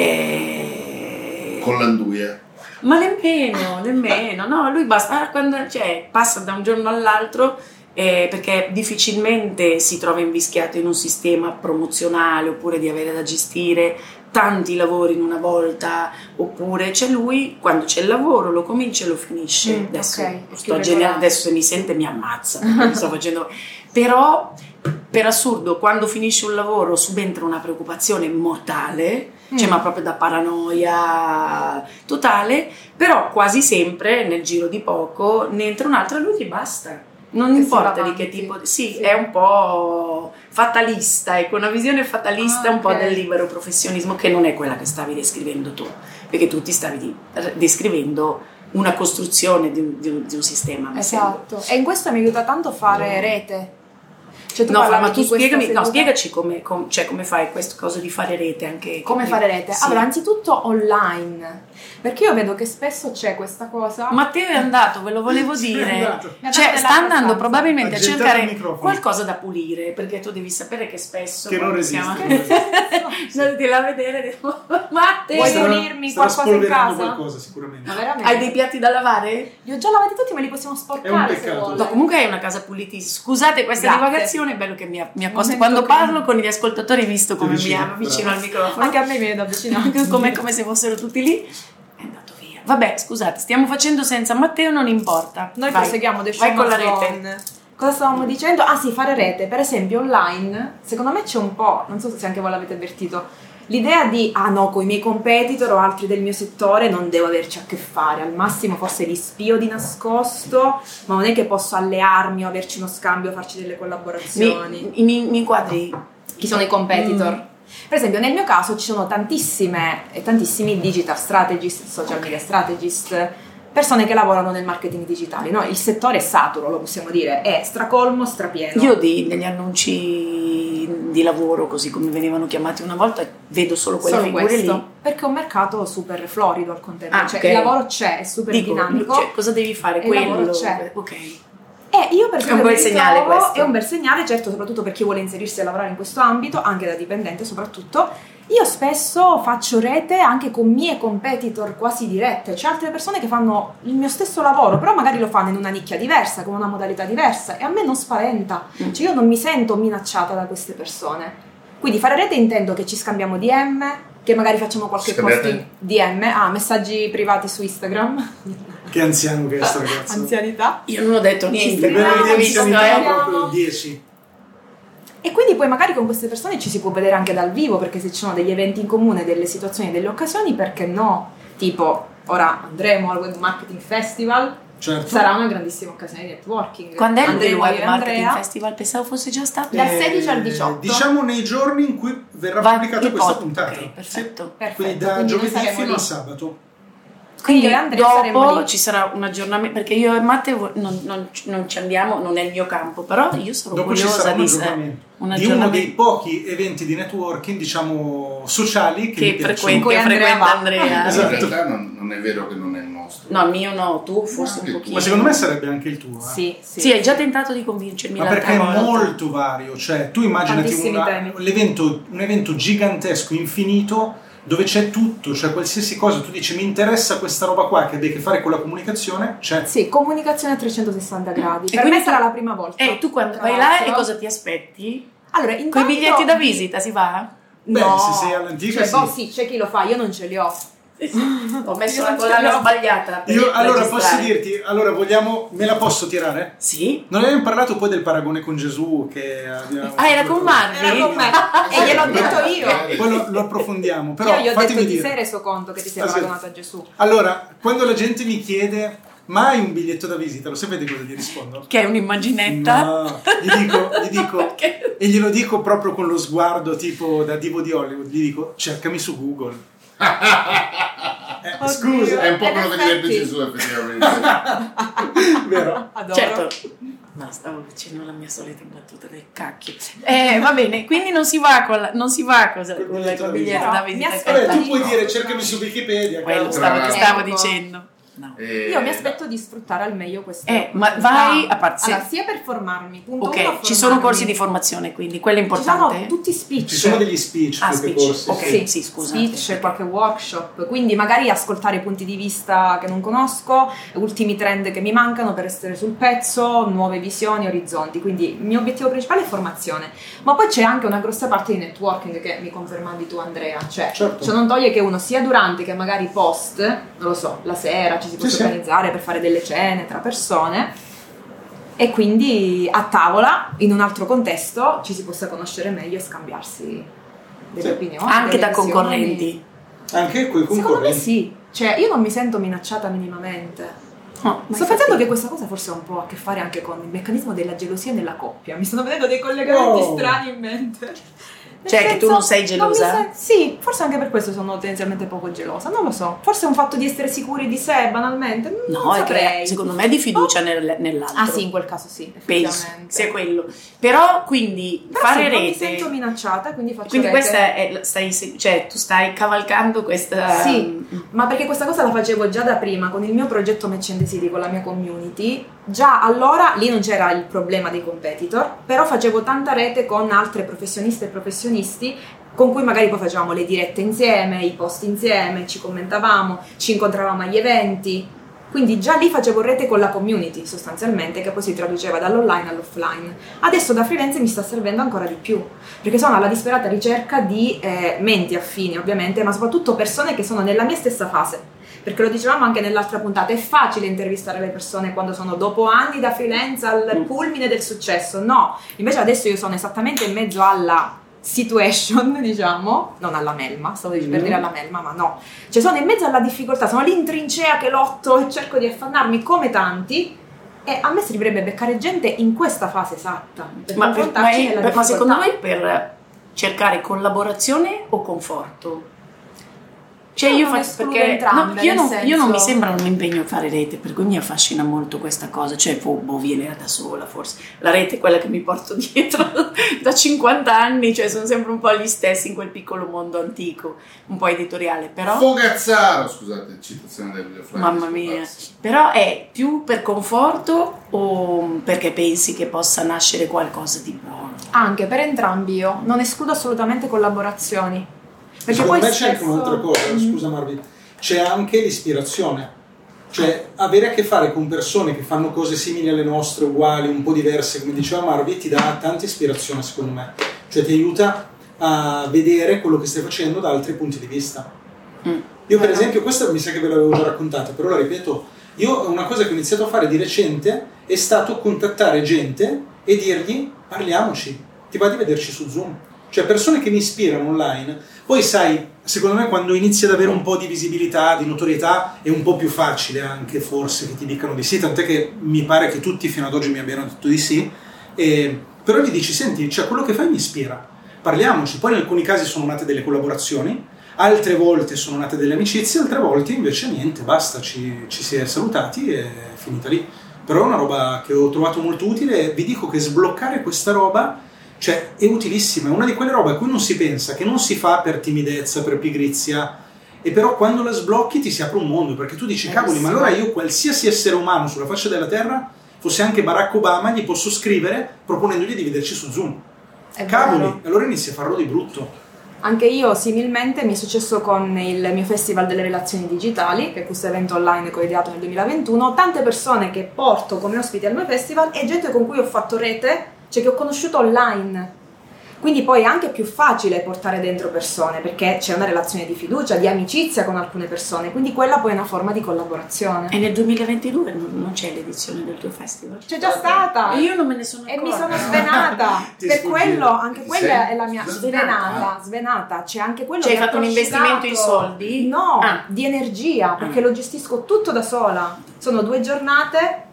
[SPEAKER 1] Con l'anduia.
[SPEAKER 2] Ma nemmeno, no, lui basta, quando, cioè, passa da un giorno all'altro, perché difficilmente si trova invischiato in un sistema promozionale, oppure di avere da gestire tanti lavori in una volta, oppure c'è lui, quando c'è il lavoro lo comincia e lo finisce. Adesso se mi sente mi ammazza, perché sto facendo, però per assurdo, quando finisce un lavoro subentra una preoccupazione mortale, cioè ma proprio da paranoia totale, però quasi sempre nel giro di poco ne entra un'altra e lui gli basta. Non
[SPEAKER 4] Che
[SPEAKER 2] importa
[SPEAKER 4] si va
[SPEAKER 2] di che
[SPEAKER 4] avanti.
[SPEAKER 2] tipo, sì, è un po' fatalista, ecco, una visione fatalista un po'
[SPEAKER 4] ok.
[SPEAKER 2] del libero professionismo, che non è quella che stavi descrivendo tu, perché tu ti stavi descrivendo una costruzione di un sistema. mi sembra.
[SPEAKER 4] Esatto. E in questo mi aiuta tanto fare rete. Cioè, tu
[SPEAKER 2] No,
[SPEAKER 4] parlavi
[SPEAKER 2] ma tu
[SPEAKER 4] di questa
[SPEAKER 2] spiegami, no,
[SPEAKER 4] seduta-
[SPEAKER 2] spiegaci come fai questo cosa di fare rete anche.
[SPEAKER 4] Come fare rete?
[SPEAKER 2] Sì.
[SPEAKER 4] Allora, anzitutto online, perché io vedo che spesso c'è questa cosa.
[SPEAKER 2] Matteo è andato, ve lo volevo
[SPEAKER 3] Sì, è
[SPEAKER 2] dire.
[SPEAKER 3] andato.
[SPEAKER 4] Mi ha
[SPEAKER 2] Cioè,
[SPEAKER 4] dato
[SPEAKER 2] sta
[SPEAKER 4] della
[SPEAKER 2] andando
[SPEAKER 4] stanza.
[SPEAKER 2] probabilmente
[SPEAKER 3] Ha
[SPEAKER 2] a
[SPEAKER 3] gettato il
[SPEAKER 2] cercare
[SPEAKER 3] microfono.
[SPEAKER 2] qualcosa da pulire, perché tu devi sapere che spesso
[SPEAKER 3] Che non
[SPEAKER 2] quando
[SPEAKER 3] resiste,
[SPEAKER 2] siamo-
[SPEAKER 3] non resiste.
[SPEAKER 2] andati là a vedere e dico, Matteo,
[SPEAKER 4] Vuoi
[SPEAKER 3] Starà-
[SPEAKER 4] pulirmi
[SPEAKER 3] starà
[SPEAKER 4] qualcosa in
[SPEAKER 3] spolverando
[SPEAKER 4] casa?
[SPEAKER 3] qualcosa sicuramente.
[SPEAKER 4] Ma veramente?
[SPEAKER 2] hai dei piatti da lavare?
[SPEAKER 4] Li ho già lavati tutti, ma li possiamo sporcare
[SPEAKER 3] È un
[SPEAKER 4] se
[SPEAKER 3] peccato.
[SPEAKER 4] vuole.
[SPEAKER 2] No, comunque hai una casa pulitissima. Scusate questa
[SPEAKER 4] Grazie.
[SPEAKER 2] divagazione, è bello che mi accosto.
[SPEAKER 4] Momento
[SPEAKER 2] Quando
[SPEAKER 4] cringe.
[SPEAKER 2] parlo con gli ascoltatori, visto come mi
[SPEAKER 3] vicino,
[SPEAKER 2] avvicino
[SPEAKER 3] bravo.
[SPEAKER 2] al microfono,
[SPEAKER 4] Anche a me viene da avvicinare.
[SPEAKER 2] come se fossero tutti lì, è andato via. Vabbè, scusate, stiamo facendo senza Matteo, non importa.
[SPEAKER 4] Noi
[SPEAKER 2] Vai.
[SPEAKER 4] proseguiamo The
[SPEAKER 2] Vai
[SPEAKER 4] Show
[SPEAKER 2] con la
[SPEAKER 4] Must Go
[SPEAKER 2] rete.
[SPEAKER 4] On. Cosa stavamo dicendo? Ah sì, fare rete. Per esempio online, secondo me c'è un po', non so se anche voi l'avete avvertito, l'idea di, ah no, con i miei competitor o altri del mio settore non devo averci a che fare, al massimo forse li spio di nascosto, ma non è che posso allearmi o averci uno scambio, farci delle collaborazioni.
[SPEAKER 2] Mi inquadri?
[SPEAKER 4] Chi sono i competitor? Per esempio, nel mio caso ci sono tantissimi digital strategist, social media strategist, persone che lavorano nel marketing digitale, no? Il settore è saturo, lo possiamo dire, è stracolmo, strapieno.
[SPEAKER 2] Io degli annunci di lavoro, così come venivano chiamati una volta, vedo solo quelle
[SPEAKER 4] Solo
[SPEAKER 2] figure
[SPEAKER 4] questo,
[SPEAKER 2] lì.
[SPEAKER 4] perché è un mercato super florido al contempo,
[SPEAKER 2] Ah,
[SPEAKER 4] cioè
[SPEAKER 2] ok.
[SPEAKER 4] il lavoro c'è, è super
[SPEAKER 2] Dico,
[SPEAKER 4] dinamico.
[SPEAKER 2] cioè, cosa devi fare?
[SPEAKER 4] E il lavoro
[SPEAKER 2] Quello.
[SPEAKER 4] c'è.
[SPEAKER 2] Ok.
[SPEAKER 4] E io per
[SPEAKER 2] È un
[SPEAKER 4] esempio
[SPEAKER 2] bel
[SPEAKER 4] mi
[SPEAKER 2] segnale
[SPEAKER 4] ritrovo-
[SPEAKER 2] questo.
[SPEAKER 4] È un bel segnale, certo, soprattutto per chi vuole inserirsi e lavorare in questo ambito, anche da dipendente soprattutto. Io spesso faccio rete anche con mie competitor quasi dirette, c'è altre persone che fanno il mio stesso lavoro, però magari lo fanno in una nicchia diversa, con una modalità diversa, e a me non spaventa, cioè io non mi sento minacciata da queste persone. Quindi fare rete intendo che ci scambiamo DM, che magari facciamo qualche
[SPEAKER 1] Scambiate?
[SPEAKER 4] post in DM, messaggi privati su Instagram,
[SPEAKER 3] Che anziano che è sto ragazzo.
[SPEAKER 4] anzianità.
[SPEAKER 2] Io non ho detto niente,
[SPEAKER 4] Livello
[SPEAKER 2] non
[SPEAKER 4] di
[SPEAKER 2] avete visto,
[SPEAKER 3] anzianità
[SPEAKER 4] eh?
[SPEAKER 3] proprio 10.
[SPEAKER 4] E quindi poi magari con queste persone ci si può vedere anche dal vivo, perché se ci sono degli eventi in comune, delle situazioni, delle occasioni, perché no? Tipo, ora andremo al Web Marketing Festival,
[SPEAKER 3] Certo.
[SPEAKER 4] sarà una grandissima occasione di networking.
[SPEAKER 2] Quando è il
[SPEAKER 4] Andremo io
[SPEAKER 2] Web
[SPEAKER 4] e
[SPEAKER 2] Marketing
[SPEAKER 4] Andrea.
[SPEAKER 2] Festival? Pensavo fosse già stato.
[SPEAKER 4] Dal 16 al 18.
[SPEAKER 3] Diciamo nei giorni in cui verrà
[SPEAKER 2] Va-
[SPEAKER 3] pubblicata
[SPEAKER 2] il
[SPEAKER 3] questa
[SPEAKER 2] pod-
[SPEAKER 3] puntata.
[SPEAKER 2] ok, perfetto.
[SPEAKER 4] Perfetto,
[SPEAKER 3] Quindi da
[SPEAKER 4] quindi noi
[SPEAKER 3] giovedì
[SPEAKER 4] saremo
[SPEAKER 3] fino a
[SPEAKER 4] lì.
[SPEAKER 3] sabato.
[SPEAKER 2] Quindi
[SPEAKER 4] Io e Andrea saremo
[SPEAKER 2] dopo
[SPEAKER 4] lì.
[SPEAKER 2] ci sarà un aggiornamento, perché io e Matteo non ci andiamo, non è il mio campo, però io sarò
[SPEAKER 3] Dopo ci
[SPEAKER 2] curiosa
[SPEAKER 3] sarà un
[SPEAKER 2] di
[SPEAKER 3] aggiornamento
[SPEAKER 2] un
[SPEAKER 3] di uno
[SPEAKER 2] aggiornamento
[SPEAKER 3] dei pochi eventi di networking, diciamo, sociali che mi
[SPEAKER 2] che
[SPEAKER 3] piacciono.
[SPEAKER 2] frequenta
[SPEAKER 4] Cui Andrea va.
[SPEAKER 2] Andrea.
[SPEAKER 3] Esatto.
[SPEAKER 1] In realtà non è vero che non è il nostro.
[SPEAKER 2] No, il mio no, tu forse un
[SPEAKER 1] Ma
[SPEAKER 2] pochino.
[SPEAKER 3] Ma secondo me sarebbe anche il tuo.
[SPEAKER 4] Sì, sì.
[SPEAKER 2] Sì, hai già tentato di convincermi
[SPEAKER 3] Ma
[SPEAKER 2] l'altra
[SPEAKER 3] perché è
[SPEAKER 2] volta.
[SPEAKER 3] molto vario, cioè tu immaginati
[SPEAKER 4] Tantissimi temi.
[SPEAKER 3] un evento gigantesco, infinito, dove c'è tutto, cioè qualsiasi cosa, tu dici mi interessa questa roba qua che ha a che fare con la comunicazione, c'è.
[SPEAKER 4] Sì, comunicazione a 360 gradi.
[SPEAKER 2] E
[SPEAKER 4] Per
[SPEAKER 2] quindi
[SPEAKER 4] me sarà la prima volta.
[SPEAKER 2] E tu quando
[SPEAKER 4] tra
[SPEAKER 2] vai là
[SPEAKER 4] l'altro.
[SPEAKER 2] e cosa ti aspetti?
[SPEAKER 4] Allora,
[SPEAKER 2] Con i
[SPEAKER 4] intanto-
[SPEAKER 2] biglietti da visita si va?
[SPEAKER 3] Beh,
[SPEAKER 4] No.
[SPEAKER 3] se sei all'antica
[SPEAKER 4] Cioè,
[SPEAKER 3] sì.
[SPEAKER 4] sì, c'è chi lo fa, io non ce li ho.
[SPEAKER 2] Ho messo
[SPEAKER 4] Io
[SPEAKER 2] la
[SPEAKER 4] non ce
[SPEAKER 2] collana
[SPEAKER 4] l'ho.
[SPEAKER 2] sbagliata per
[SPEAKER 3] Io allora
[SPEAKER 2] registrare.
[SPEAKER 3] posso dirti, allora vogliamo, me la posso tirare?
[SPEAKER 2] Sì?
[SPEAKER 3] Non abbiamo parlato poi del paragone con Gesù che abbiamo...
[SPEAKER 2] Ah, era con Marvi?
[SPEAKER 4] Era con me. E gliel'ho detto io.
[SPEAKER 3] Poi lo approfondiamo, però
[SPEAKER 4] Io gli ho
[SPEAKER 3] fatemi
[SPEAKER 4] detto ti
[SPEAKER 3] dire.
[SPEAKER 4] sei reso conto che ti sei
[SPEAKER 3] Ah, sì.
[SPEAKER 4] paragonato a Gesù.
[SPEAKER 3] Allora, quando la gente mi chiede ma hai un biglietto da visita, lo sapete cosa gli rispondo?
[SPEAKER 2] Che è un'immaginetta?
[SPEAKER 3] No, gli dico
[SPEAKER 2] Che-
[SPEAKER 3] e glielo dico proprio con lo sguardo tipo da divo di Hollywood, gli dico cercami su Google. Scusa,
[SPEAKER 1] È un po'
[SPEAKER 4] In
[SPEAKER 1] quello che direbbe
[SPEAKER 4] effetti.
[SPEAKER 1] Gesù, effettivamente.
[SPEAKER 3] vero?
[SPEAKER 4] Adoro.
[SPEAKER 2] Certo. No, stavo facendo la mia solita battuta del cacchio. Va bene, quindi non si va con
[SPEAKER 3] Col
[SPEAKER 2] con
[SPEAKER 3] biglietto
[SPEAKER 2] il
[SPEAKER 3] da
[SPEAKER 2] biglietto
[SPEAKER 4] visita.
[SPEAKER 2] da
[SPEAKER 4] No,
[SPEAKER 2] visita.
[SPEAKER 4] mi
[SPEAKER 3] Vabbè,
[SPEAKER 4] aspetta
[SPEAKER 3] tu puoi
[SPEAKER 4] No.
[SPEAKER 3] dire cercami su Wikipedia,
[SPEAKER 2] Quello
[SPEAKER 3] cavolo.
[SPEAKER 2] stavo
[SPEAKER 1] Brava.
[SPEAKER 2] dicendo. No.
[SPEAKER 4] Io mi aspetto di sfruttare al meglio questo.
[SPEAKER 2] Ma vai a parte.
[SPEAKER 4] Allora, sia per formarmi, punto uno,
[SPEAKER 2] Ok, ci
[SPEAKER 4] formarmi.
[SPEAKER 2] sono corsi di formazione, quindi quello è
[SPEAKER 4] Ci
[SPEAKER 2] importante.
[SPEAKER 4] sono tutti speech.
[SPEAKER 3] Ci sono degli speech,
[SPEAKER 2] Ah,
[SPEAKER 3] più che
[SPEAKER 2] speech.
[SPEAKER 3] corsi.
[SPEAKER 2] Ok. Sì, scusate.
[SPEAKER 4] Speech, qualche workshop, quindi magari ascoltare punti di vista che non conosco, ultimi trend che mi mancano per essere sul pezzo, nuove visioni, orizzonti. Quindi il mio obiettivo principale è formazione, ma poi c'è anche una grossa parte di networking che mi confermavi tu, Andrea, cioè
[SPEAKER 3] Certo.
[SPEAKER 4] ciò non toglie che uno sia durante che magari post, non lo so, la sera ci si può
[SPEAKER 3] Sì, sì.
[SPEAKER 4] organizzare per fare delle cene tra persone. e quindi a tavola, in un altro contesto, ci si possa conoscere meglio e scambiarsi delle opinioni.
[SPEAKER 2] Anche
[SPEAKER 4] delle
[SPEAKER 2] da
[SPEAKER 4] visioni.
[SPEAKER 2] concorrenti.
[SPEAKER 3] Anche coi
[SPEAKER 4] Secondo me
[SPEAKER 3] concorrenti.
[SPEAKER 4] sì, cioè io non mi sento minacciata minimamente.
[SPEAKER 2] No, ma
[SPEAKER 4] Sto
[SPEAKER 2] infatti-
[SPEAKER 4] pensando che questa cosa forse ha un po' a che fare anche con il meccanismo della gelosia nella coppia. Mi stanno venendo dei collegamenti
[SPEAKER 3] Oh.
[SPEAKER 4] strani in mente. Nel
[SPEAKER 2] Cioè, che tu non sei gelosa?
[SPEAKER 4] non mi sì, forse anche per questo sono tendenzialmente poco gelosa, non lo so. Forse è un fatto di essere sicuri di sé, banalmente. Non
[SPEAKER 2] No, è
[SPEAKER 4] saprei.
[SPEAKER 2] che secondo me è di fiducia nell'altro.
[SPEAKER 4] Ah sì, in quel caso sì,
[SPEAKER 2] Penso
[SPEAKER 4] effettivamente.
[SPEAKER 2] sia quello. Però quindi
[SPEAKER 4] Però
[SPEAKER 2] fare
[SPEAKER 4] sì, non mi
[SPEAKER 2] rete.
[SPEAKER 4] sento minacciata, quindi faccio
[SPEAKER 2] Quindi
[SPEAKER 4] rete.
[SPEAKER 2] questa cioè tu stai cavalcando questa.
[SPEAKER 4] Sì, ma perché questa cosa la facevo già da prima con il mio progetto Match and the City, con la mia community. Già allora lì non c'era il problema dei competitor, però facevo tanta rete con altre professioniste e professionisti con cui magari poi facevamo le dirette insieme, i post insieme, ci commentavamo, ci incontravamo agli eventi. Quindi già lì facevo rete con la community sostanzialmente, che poi si traduceva dall'online all'offline. Adesso da freelance mi sta servendo ancora di più, perché sono alla disperata ricerca di menti affini ovviamente, ma soprattutto persone che sono nella mia stessa fase. Perché lo dicevamo anche nell'altra puntata, è facile intervistare le persone quando sono dopo anni da freelance al culmine del successo. No, invece adesso io sono esattamente in mezzo alla situation, diciamo, non alla melma, stavo per dire alla melma, ma no. Cioè sono in mezzo alla difficoltà, sono lì in trincea che lotto e cerco di affannarmi come tanti, e a me servirebbe beccare gente in questa fase esatta, per confrontarci nella
[SPEAKER 2] ma
[SPEAKER 4] difficoltà.
[SPEAKER 2] secondo voi per cercare collaborazione o conforto? Cioè
[SPEAKER 4] Io
[SPEAKER 2] io
[SPEAKER 4] non
[SPEAKER 2] faccio
[SPEAKER 4] escludo
[SPEAKER 2] perché
[SPEAKER 4] entrambe,
[SPEAKER 2] io
[SPEAKER 4] nel
[SPEAKER 2] non mi
[SPEAKER 4] senso-
[SPEAKER 2] sembra un impegno fare rete, per cui mi affascina molto questa cosa, cioè viene da sola forse. La rete è quella che mi porto dietro da 50 anni, cioè sono sempre un po' gli stessi in quel piccolo mondo antico, un po' editoriale, però
[SPEAKER 1] Fogazzaro, scusate, citazione del
[SPEAKER 2] mamma mia, però è più per conforto o perché pensi che possa nascere qualcosa di buono?
[SPEAKER 4] Anche per entrambi io, non escludo assolutamente collaborazioni. Perché
[SPEAKER 3] Secondo
[SPEAKER 4] poi
[SPEAKER 3] me c'è anche
[SPEAKER 4] spesso-
[SPEAKER 3] un'altra cosa, scusa Marvi, c'è anche l'ispirazione. Cioè, avere a che fare con persone che fanno cose simili alle nostre, uguali, un po' diverse, come diceva Marvi, ti dà tanta ispirazione, secondo me. Cioè, ti aiuta a vedere quello che stai facendo da altri punti di vista. Io, per esempio, questa mi sa che ve l'avevo già raccontata, però la ripeto, io una cosa che ho iniziato a fare di recente è stato contattare gente e dirgli, parliamoci, ti va di vederci su Zoom? Cioè, persone che mi ispirano online. Poi sai, secondo me quando inizi ad avere un po' di visibilità, di notorietà, è un po' più facile anche forse che ti dicano di sì, tant'è che mi pare che tutti fino ad oggi mi abbiano detto di sì, però gli dici, senti, cioè quello che fai mi ispira, parliamoci. Poi in alcuni casi sono nate delle collaborazioni, altre volte sono nate delle amicizie, altre volte invece niente, basta, ci si è salutati e è finita lì. Però è una roba che ho trovato molto utile e vi dico che sbloccare questa roba, cioè, è utilissima, è una di quelle robe a cui non si pensa, che non si fa per timidezza, per pigrizia, e però quando la sblocchi ti si apre un mondo, perché tu dici, cavoli, ma allora io qualsiasi essere umano sulla faccia della terra, fosse anche Barack Obama, gli posso scrivere proponendogli di vederci su Zoom.
[SPEAKER 4] È
[SPEAKER 3] Cavoli,
[SPEAKER 4] vero.
[SPEAKER 3] allora inizi a farlo di brutto.
[SPEAKER 4] Anche io similmente mi è successo con il mio Festival delle Relazioni Digitali, che è questo evento online che ho ideato nel 2021, tante persone che porto come ospiti al mio festival e gente con cui ho fatto rete, cioè che ho conosciuto online. Quindi poi è anche più facile portare dentro persone, perché c'è una relazione di fiducia, di amicizia con alcune persone, quindi quella poi è una forma di collaborazione.
[SPEAKER 2] E nel 2022 non c'è l'edizione del tuo festival?
[SPEAKER 4] C'è già stata!
[SPEAKER 2] Io non me ne sono
[SPEAKER 4] E
[SPEAKER 2] accorta.
[SPEAKER 4] mi sono svenata.
[SPEAKER 3] Ti
[SPEAKER 4] Per
[SPEAKER 3] sfuggì.
[SPEAKER 4] quello, anche quella
[SPEAKER 1] Sei?
[SPEAKER 4] è la mia svenata. C'è anche quello
[SPEAKER 2] Cioè,
[SPEAKER 4] che
[SPEAKER 2] hai fatto
[SPEAKER 4] ha
[SPEAKER 2] un investimento in
[SPEAKER 4] prosciugato-
[SPEAKER 2] soldi?
[SPEAKER 4] No,
[SPEAKER 2] Ah.
[SPEAKER 4] di energia, perché lo gestisco tutto da sola. Sono 2 giornate,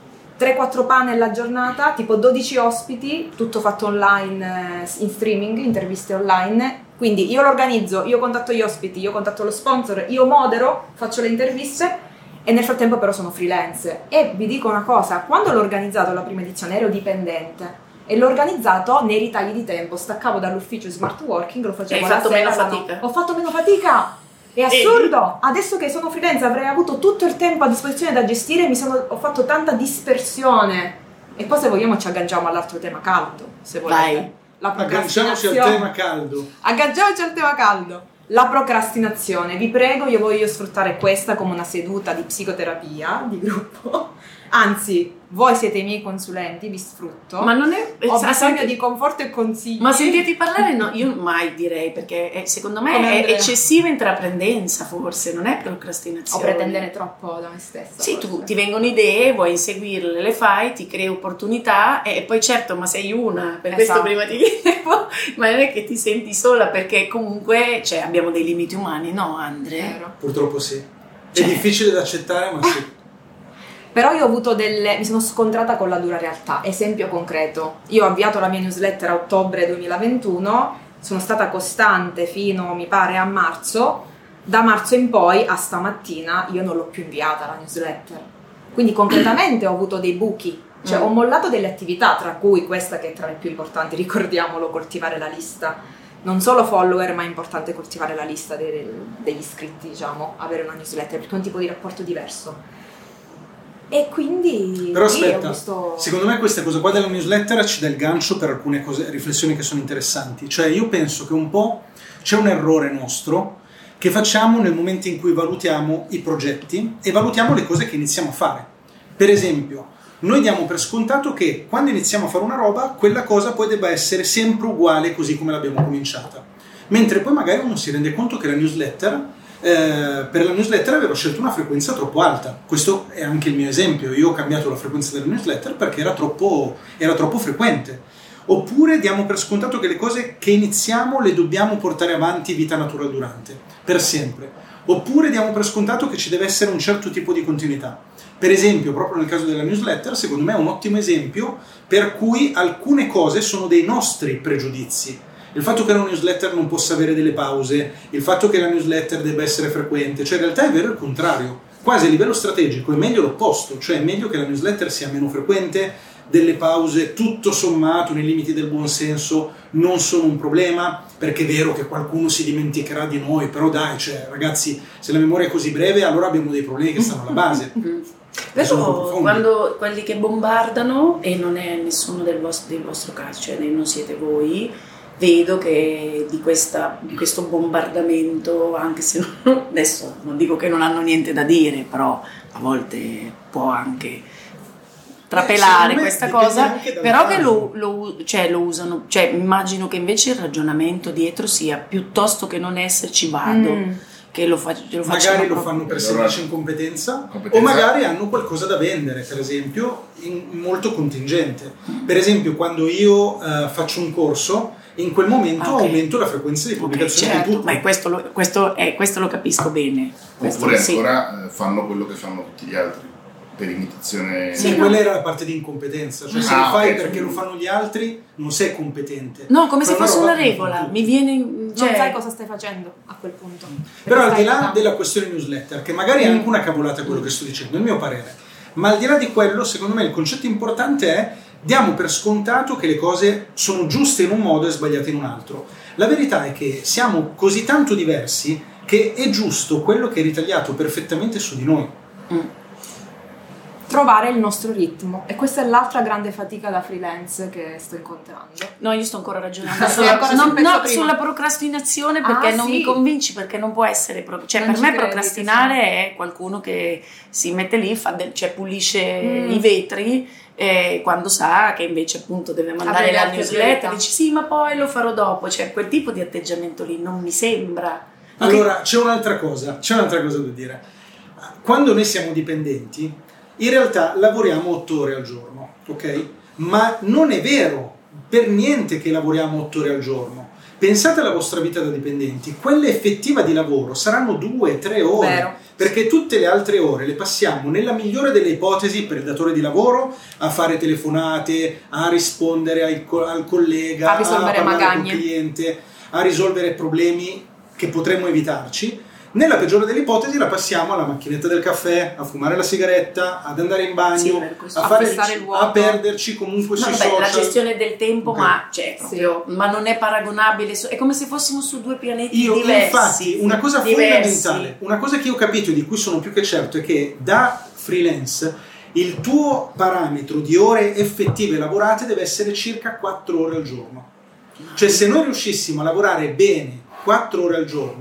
[SPEAKER 4] 3-4 panel la giornata, tipo 12 ospiti, tutto fatto online, in streaming, interviste online. Quindi io lo organizzo, io contatto gli ospiti, io contatto lo sponsor, io modero, faccio le interviste e nel frattempo però sono freelance. E vi dico una cosa, quando l'ho organizzato la prima edizione ero dipendente e l'ho organizzato nei ritagli di tempo, staccavo dall'ufficio smart working, lo facevo
[SPEAKER 2] Hai
[SPEAKER 4] alla
[SPEAKER 2] fatto
[SPEAKER 4] sera,
[SPEAKER 2] meno
[SPEAKER 4] la notte.
[SPEAKER 2] fatica?
[SPEAKER 4] Ho fatto meno fatica! È assurdo! Adesso che sono freelance avrei avuto tutto il tempo a disposizione da gestire, ho fatto tanta dispersione. E poi se vogliamo ci agganciamo all'altro tema caldo, se volete.
[SPEAKER 2] Vai.
[SPEAKER 4] La
[SPEAKER 3] Agganciamoci al
[SPEAKER 4] procrastinazione.
[SPEAKER 3] tema caldo.
[SPEAKER 4] Agganciamoci al tema caldo. La procrastinazione. Vi prego, io voglio sfruttare questa come una seduta di psicoterapia di gruppo. Anzi, voi siete i miei consulenti, vi sfrutto,
[SPEAKER 2] Ma non è...
[SPEAKER 4] ho bisogno di conforto e consigli.
[SPEAKER 2] Ma sentirti parlare no, io mai direi, perché secondo me è eccessiva intraprendenza, forse, non è
[SPEAKER 4] O
[SPEAKER 2] procrastinazione.
[SPEAKER 4] pretendere troppo da me stessa.
[SPEAKER 2] Sì,
[SPEAKER 4] forse.
[SPEAKER 2] ti vengono idee, vuoi inseguirle, le fai, ti crei opportunità e poi certo, ma sei una, per questo
[SPEAKER 4] Esatto.
[SPEAKER 2] prima ti chiedevo, ma non è che ti senti sola, perché comunque abbiamo dei limiti umani, no Andre?
[SPEAKER 4] Vero.
[SPEAKER 3] Purtroppo sì. È
[SPEAKER 2] Cioè-
[SPEAKER 3] difficile da accettare, ma sì.
[SPEAKER 4] Però io ho avuto mi sono scontrata con la dura realtà. Esempio concreto, io ho avviato la mia newsletter a ottobre 2021, sono stata costante fino, mi pare, a marzo. Da marzo in poi, a stamattina, io non l'ho più inviata la newsletter. Quindi concretamente ho avuto dei buchi, cioè ho mollato delle attività, tra cui questa che è tra le più importanti, ricordiamolo, coltivare la lista. Non solo follower, ma è importante coltivare la lista degli iscritti, diciamo, avere una newsletter, perché è un tipo di rapporto diverso. E quindi
[SPEAKER 3] Però
[SPEAKER 4] sì,
[SPEAKER 3] aspetta,
[SPEAKER 4] ho visto...
[SPEAKER 3] secondo me questa cosa qua della newsletter ci dà il gancio per alcune riflessioni che sono interessanti. Cioè io penso che un po' c'è un errore nostro che facciamo nel momento in cui valutiamo i progetti e valutiamo le cose che iniziamo a fare. Per esempio, noi diamo per scontato che quando iniziamo a fare una roba, quella cosa poi debba essere sempre uguale così come l'abbiamo cominciata. Mentre poi magari uno si rende conto che la newsletter, per la newsletter avevo scelto una frequenza troppo alta. Questo è anche il mio esempio. Io ho cambiato la frequenza della newsletter perché era troppo frequente. Oppure diamo per scontato che le cose che iniziamo le dobbiamo portare avanti vita natural durante, per sempre. Oppure diamo per scontato che ci deve essere un certo tipo di continuità. Per esempio, proprio nel caso della newsletter, secondo me è un ottimo esempio per cui alcune cose sono dei nostri pregiudizi. Il fatto che la newsletter non possa avere delle pause, il fatto che la newsletter debba essere frequente, cioè in realtà è vero il contrario. Quasi a livello strategico è meglio l'opposto, cioè è meglio che la newsletter sia meno frequente, delle pause tutto sommato nei limiti del buon senso non sono un problema, perché è vero che qualcuno si dimenticherà di noi, però dai, cioè ragazzi, se la memoria è così breve allora abbiamo dei problemi che stanno alla base.
[SPEAKER 2] Però quando quelli che bombardano, e non è nessuno del vostro caso, cioè non siete voi, vedo che di questo bombardamento, anche se adesso non dico che non hanno niente da dire, però a volte può anche trapelare questa cosa, però che lo usano, cioè immagino che invece il ragionamento dietro sia piuttosto che non esserci vado, che lo facciano
[SPEAKER 3] magari lo fanno per semplice incompetenza, o magari hanno qualcosa da vendere, per esempio molto contingente. Per esempio quando io faccio un corso, in quel momento aumento la frequenza di pubblicazione di tutto.
[SPEAKER 2] Ma questo lo capisco bene.
[SPEAKER 1] Oppure ancora fanno quello che fanno tutti gli altri, per imitazione.
[SPEAKER 3] Sì, quella era la parte di incompetenza, cioè se lo fai perché lo fanno gli altri non sei competente.
[SPEAKER 2] No, come se fosse una regola, mi viene...
[SPEAKER 4] non sai cosa stai facendo a quel punto.
[SPEAKER 3] Però al di là della questione newsletter, che magari è anche una cavolata quello che sto dicendo, è il mio parere, ma al di là di quello, secondo me il concetto importante è: diamo per scontato che le cose sono giuste in un modo e sbagliate in un altro. La verità è che siamo così tanto diversi che è giusto quello che è ritagliato perfettamente su di noi.
[SPEAKER 4] Trovare il nostro ritmo, e questa è l'altra grande fatica da freelance che sto incontrando.
[SPEAKER 2] No, io sto ancora ragionando sulla procrastinazione, perché non mi convinci, perché non può essere cioè per me procrastinare è qualcuno che si mette lì, pulisce i vetri, quando sa che invece appunto deve mandare la newsletter, dici sì ma poi lo farò dopo, cioè quel tipo di atteggiamento lì non mi sembra.
[SPEAKER 3] Allora c'è un'altra cosa da dire. Quando noi siamo dipendenti, in realtà lavoriamo 8 ore al giorno, ok? Ma non è vero per niente che lavoriamo 8 ore al giorno. Pensate alla vostra vita da dipendenti, quella effettiva di lavoro saranno 2-3 ore,
[SPEAKER 4] vero,
[SPEAKER 3] perché tutte le altre ore le passiamo, nella migliore delle ipotesi, per il datore di lavoro, a fare telefonate, a rispondere al collega,
[SPEAKER 4] a risolvere
[SPEAKER 3] parlare
[SPEAKER 4] magagne,
[SPEAKER 3] col cliente, a risolvere problemi che potremmo evitarci. Nella peggiore delle ipotesi la passiamo alla macchinetta del caffè, a fumare la sigaretta, ad andare in bagno, a perderci comunque sui social.
[SPEAKER 2] La gestione del tempo, ma non è paragonabile, è come se fossimo su due pianeti diversi.
[SPEAKER 3] Infatti, una cosa fondamentale, una cosa che io ho capito e di cui sono più che certo è che da freelance il tuo parametro di ore effettive lavorate deve essere circa 4 ore al giorno. Cioè se noi riuscissimo a lavorare bene 4 ore al giorno,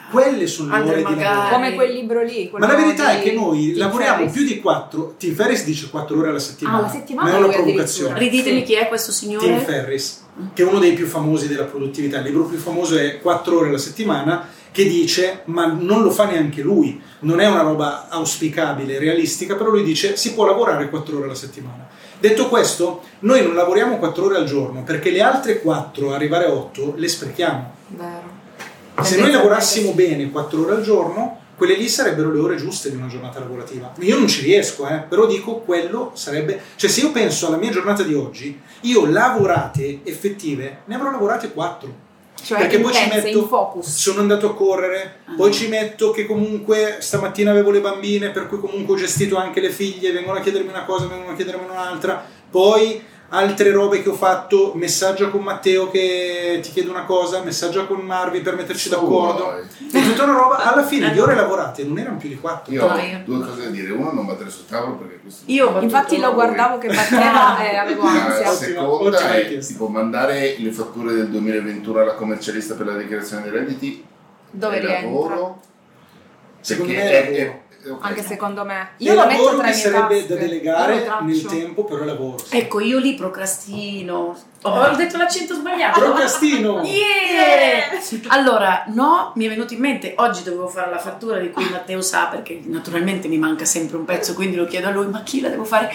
[SPEAKER 3] quelle sono le ore di
[SPEAKER 2] magari.
[SPEAKER 3] lavoro.
[SPEAKER 4] Come quel libro lì.
[SPEAKER 3] Ma la verità è che
[SPEAKER 4] di
[SPEAKER 3] noi
[SPEAKER 4] Tim
[SPEAKER 3] lavoriamo
[SPEAKER 4] Ferriss.
[SPEAKER 3] più di 4. Tim Ferriss dice 4 ore alla settimana.
[SPEAKER 4] alla settimana
[SPEAKER 3] non è una
[SPEAKER 4] lui
[SPEAKER 3] provocazione.
[SPEAKER 4] addirittura.
[SPEAKER 2] Riditemi
[SPEAKER 4] Sì.
[SPEAKER 2] chi è questo signore.
[SPEAKER 3] Tim Ferriss, che è uno dei più famosi della produttività. Il libro più famoso è 4 ore alla settimana, che dice, ma non lo fa neanche lui, non è una roba auspicabile, realistica, però lui dice si può lavorare 4 ore alla settimana. Detto questo, noi non lavoriamo 4 ore al giorno perché le altre 4, arrivare a 8, le sprechiamo.
[SPEAKER 4] Vero.
[SPEAKER 3] Se noi lavorassimo bene 4 ore al giorno, quelle lì sarebbero le ore giuste di una giornata lavorativa. Io non ci riesco, però dico quello sarebbe... Cioè se io penso alla mia giornata di oggi, io lavorate effettive ne avrò lavorate 4.
[SPEAKER 4] Cioè
[SPEAKER 3] Perché poi ci
[SPEAKER 4] intense,
[SPEAKER 3] metto,
[SPEAKER 4] in focus.
[SPEAKER 3] sono andato a correre, poi ci metto che comunque stamattina avevo le bambine, per cui comunque ho gestito anche le figlie, vengono a chiedermi una cosa, vengono a chiedermi un'altra, poi altre robe che ho fatto, messaggio con Matteo che ti chiede una cosa, messaggio con Marvi per metterci d'accordo, è tutta una roba, alla fine le ore lavorate non erano più di 4.
[SPEAKER 1] Io ho due cose da dire. Uno, non battere sul tavolo perché questo...
[SPEAKER 4] Infatti lo guardavo che batteva e avevo
[SPEAKER 1] La
[SPEAKER 4] ansia.
[SPEAKER 1] seconda
[SPEAKER 3] ottima
[SPEAKER 1] è
[SPEAKER 3] richiesta.
[SPEAKER 1] tipo mandare le fatture del 2021 alla commercialista per la dichiarazione dei redditi.
[SPEAKER 4] Dove
[SPEAKER 1] è
[SPEAKER 4] rientra?
[SPEAKER 1] lavoro.
[SPEAKER 3] Secondo
[SPEAKER 1] Perché
[SPEAKER 3] me è lavoro.
[SPEAKER 1] ok.
[SPEAKER 4] Anche secondo me.
[SPEAKER 3] È
[SPEAKER 4] Io lo metto
[SPEAKER 3] lavoro
[SPEAKER 4] tra
[SPEAKER 3] che
[SPEAKER 4] i miei
[SPEAKER 3] sarebbe
[SPEAKER 4] task.
[SPEAKER 3] da
[SPEAKER 4] Io
[SPEAKER 3] delegare
[SPEAKER 4] lo traccio.
[SPEAKER 3] nel tempo, però è lavoro. sì.
[SPEAKER 2] Ecco, io lì procrastino. Ho detto l'accento sbagliato.
[SPEAKER 3] Procrastino!
[SPEAKER 2] Yeah! Allora, no, mi è venuto in mente, oggi dovevo fare la fattura di cui Matteo sa, perché naturalmente mi manca sempre un pezzo, quindi lo chiedo a lui, ma chi la devo fare?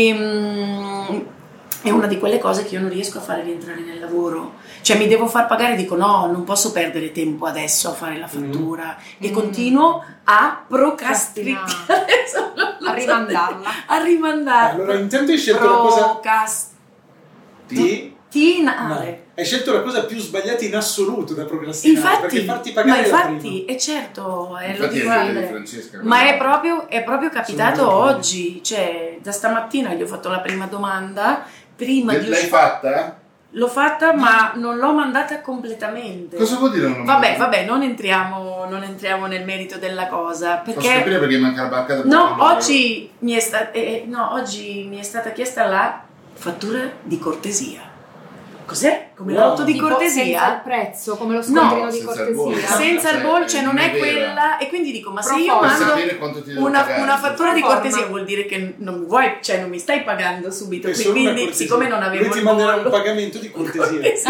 [SPEAKER 2] È una di quelle cose che io non riesco a fare rientrare nel lavoro. Cioè mi devo far pagare, dico no, non posso perdere tempo adesso a fare la fattura e continuo a procrastinare.
[SPEAKER 4] A rimandarla.
[SPEAKER 2] A rimandarla.
[SPEAKER 3] Allora, intanto hai scelto la cosa...
[SPEAKER 2] Procrastinare.
[SPEAKER 3] Hai scelto la cosa più sbagliata in assoluto da procrastinare, perché farti pagare
[SPEAKER 2] ma
[SPEAKER 3] la
[SPEAKER 2] infatti,
[SPEAKER 3] prima.
[SPEAKER 2] è certo, lo
[SPEAKER 1] Infatti
[SPEAKER 2] dico
[SPEAKER 1] è
[SPEAKER 2] a
[SPEAKER 1] il figlio di
[SPEAKER 2] Andre.
[SPEAKER 1] Francesca.
[SPEAKER 2] Ma è proprio capitato
[SPEAKER 3] Sono molto
[SPEAKER 2] oggi, cioè da stamattina gli ho fatto la prima domanda, prima di
[SPEAKER 1] L'hai fatta?
[SPEAKER 2] l'ho fatta ma non l'ho mandata completamente.
[SPEAKER 1] Cosa vuol dire non
[SPEAKER 2] Vabbè, non entriamo nel merito della cosa,
[SPEAKER 1] Posso
[SPEAKER 2] perché
[SPEAKER 1] capire perché manca la barca del
[SPEAKER 2] no,
[SPEAKER 1] lavoro?
[SPEAKER 2] oggi mi è stata chiesta la fattura di cortesia. Cos'è? Come
[SPEAKER 3] Wow.
[SPEAKER 2] l'auto di
[SPEAKER 4] Tipo senza il
[SPEAKER 2] cortesia?
[SPEAKER 4] prezzo, come lo scontrino
[SPEAKER 2] No,
[SPEAKER 4] di
[SPEAKER 1] senza il
[SPEAKER 4] cortesia.
[SPEAKER 1] bollo.
[SPEAKER 2] Senza il bollo, cioè non è
[SPEAKER 1] vera.
[SPEAKER 2] quella. E quindi dico, ma se
[SPEAKER 4] Pro
[SPEAKER 2] io
[SPEAKER 4] forma.
[SPEAKER 1] Per
[SPEAKER 2] mando
[SPEAKER 1] sapere quanto ti devo
[SPEAKER 2] una
[SPEAKER 1] pagare.
[SPEAKER 2] fattura di
[SPEAKER 4] Pro forma.
[SPEAKER 2] cortesia vuol dire che non mi vuoi, cioè non mi stai pagando subito.
[SPEAKER 3] È solo una
[SPEAKER 2] Quindi,
[SPEAKER 3] cortesia.
[SPEAKER 2] siccome non avevo
[SPEAKER 3] Lui ti
[SPEAKER 2] il
[SPEAKER 3] manderà un
[SPEAKER 2] bollo,
[SPEAKER 3] pagamento di cortesia.
[SPEAKER 2] Cortesia.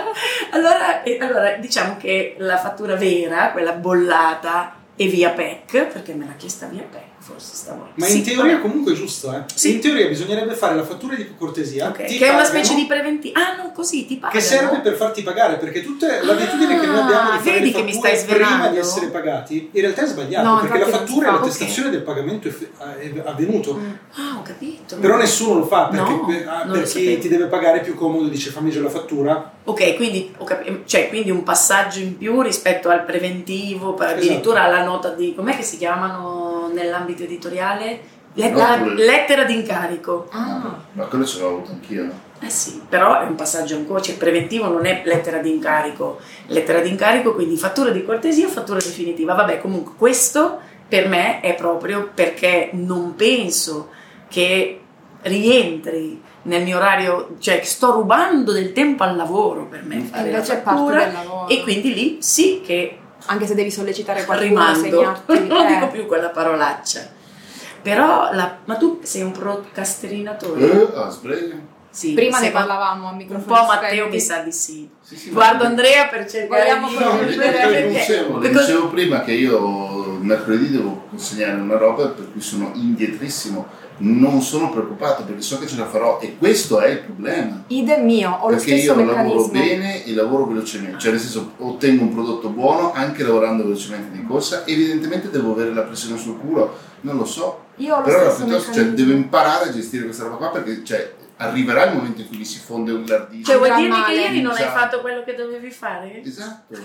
[SPEAKER 2] allora diciamo che la fattura vera, quella bollata, è via PEC, perché me l'ha chiesta via PEC, forse stavolta.
[SPEAKER 3] Ma
[SPEAKER 2] Sì,
[SPEAKER 3] in teoria
[SPEAKER 2] vabbè.
[SPEAKER 3] comunque è giusto,
[SPEAKER 2] Sì.
[SPEAKER 3] In teoria bisognerebbe fare la fattura di cortesia,
[SPEAKER 2] Ok,
[SPEAKER 3] ti
[SPEAKER 2] che è una
[SPEAKER 3] pagano,
[SPEAKER 2] specie di preventivo. Ah, no, così ti pagano.
[SPEAKER 3] che serve per farti pagare, perché tutta l'abitudine che noi abbiamo di fare
[SPEAKER 2] vedi
[SPEAKER 3] le
[SPEAKER 2] che mi
[SPEAKER 3] fatture
[SPEAKER 2] stai
[SPEAKER 3] prima
[SPEAKER 2] svelando?
[SPEAKER 3] di essere pagati, in realtà è sbagliato,
[SPEAKER 4] No,
[SPEAKER 3] perché la
[SPEAKER 4] infatti non
[SPEAKER 3] fattura è
[SPEAKER 4] si fa.
[SPEAKER 3] l'attestazione del pagamento è avvenuto.
[SPEAKER 2] Ah, ho capito.
[SPEAKER 3] Però nessuno lo fa, perché
[SPEAKER 2] No,
[SPEAKER 3] per
[SPEAKER 2] non lo
[SPEAKER 3] chi
[SPEAKER 2] sapevo.
[SPEAKER 3] ti deve pagare è più comodo, dice fammi già la fattura.
[SPEAKER 2] Ok, quindi, cioè, quindi un passaggio in più rispetto al preventivo, addirittura alla nota di... com'è che si chiamano nell'ambito editoriale? Lettera d'incarico.
[SPEAKER 1] Ma quello ce l'ho avuto anch'io.
[SPEAKER 2] Eh sì, però è un passaggio ancora, cioè preventivo non è lettera d'incarico, quindi fattura di cortesia, fattura definitiva. Vabbè, comunque questo per me è proprio perché non penso che rientri nel mio orario, cioè sto rubando del tempo al lavoro per me fare la
[SPEAKER 4] Invece è parte
[SPEAKER 2] fattura,
[SPEAKER 4] del lavoro.
[SPEAKER 2] e quindi lì sì che
[SPEAKER 4] Anche se devi sollecitare qualcuno,
[SPEAKER 2] rimando,
[SPEAKER 4] segnarti.
[SPEAKER 2] non dico più quella parolaccia. Però, ma tu sei un procrastinatore?
[SPEAKER 1] Sbrega.
[SPEAKER 2] Sì,
[SPEAKER 4] Prima ne
[SPEAKER 2] secondo-
[SPEAKER 4] parlavamo a
[SPEAKER 2] un
[SPEAKER 4] microfoni
[SPEAKER 2] po' Matteo
[SPEAKER 4] spenti.
[SPEAKER 2] mi sa di sì.
[SPEAKER 1] Sì,
[SPEAKER 2] Guardo
[SPEAKER 1] ma-
[SPEAKER 2] Andrea per cercare
[SPEAKER 4] Vogliamo
[SPEAKER 2] di...
[SPEAKER 1] No,
[SPEAKER 4] Perché-
[SPEAKER 1] le dicevo prima che io mercoledì devo consegnare una roba per cui sono indietrissimo. Non sono preoccupato perché so che ce la farò e questo è il problema.
[SPEAKER 4] Idem mio, ho lo
[SPEAKER 1] Perché
[SPEAKER 4] stesso
[SPEAKER 1] io lavoro
[SPEAKER 4] meccanismo.
[SPEAKER 1] bene e lavoro velocemente, cioè nel senso ottengo un prodotto buono anche lavorando velocemente di corsa. Evidentemente devo avere la pressione sul culo, non lo so.
[SPEAKER 4] Io ho lo
[SPEAKER 1] Però
[SPEAKER 4] stesso
[SPEAKER 1] piuttosto
[SPEAKER 4] meccanismo.
[SPEAKER 1] devo imparare a gestire questa roba qua perché arriverà il momento in cui mi si fonde un lardino.
[SPEAKER 2] Cioè vuoi
[SPEAKER 4] Andrà
[SPEAKER 2] dirmi che
[SPEAKER 4] male.
[SPEAKER 2] ieri non hai
[SPEAKER 1] Esatto.
[SPEAKER 2] fatto quello che dovevi fare?
[SPEAKER 1] Esatto.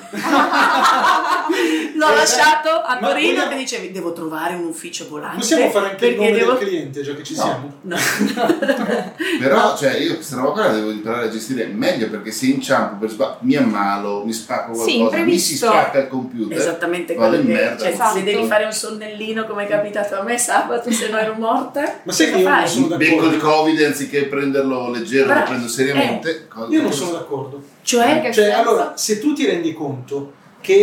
[SPEAKER 2] L'ho lasciato a
[SPEAKER 3] Ma
[SPEAKER 2] Torino
[SPEAKER 3] vogliamo-
[SPEAKER 2] che dicevi devo trovare un ufficio volante.
[SPEAKER 3] Possiamo fare anche il
[SPEAKER 2] perché
[SPEAKER 3] nome
[SPEAKER 2] devo...
[SPEAKER 3] del cliente, già che ci
[SPEAKER 1] No.
[SPEAKER 3] siamo?
[SPEAKER 2] No.
[SPEAKER 1] Però cioè, io questa roba qua la devo imparare a gestire meglio perché se inciampo mi ammalo, mi spacco
[SPEAKER 4] Sì,
[SPEAKER 1] qualcosa, mi si
[SPEAKER 4] imprevisto.
[SPEAKER 1] spacca il computer.
[SPEAKER 2] Esattamente
[SPEAKER 1] vado
[SPEAKER 2] quello
[SPEAKER 1] in
[SPEAKER 2] che...
[SPEAKER 1] merda.
[SPEAKER 2] Cioè,
[SPEAKER 4] Esatto.
[SPEAKER 2] se devi fare un sonnellino come è capitato a me sabato, se no ero morta,
[SPEAKER 3] Ma sai
[SPEAKER 2] cosa
[SPEAKER 3] che io non
[SPEAKER 2] fai?
[SPEAKER 3] sono d'accordo.
[SPEAKER 1] Becco il Covid anziché prenderlo leggero, lo
[SPEAKER 2] Bravo.
[SPEAKER 1] prendo seriamente. cosa-
[SPEAKER 3] Io non sono d'accordo.
[SPEAKER 2] Cioè,
[SPEAKER 4] Che
[SPEAKER 3] Cioè,
[SPEAKER 4] senso?
[SPEAKER 3] allora, se tu ti rendi conto che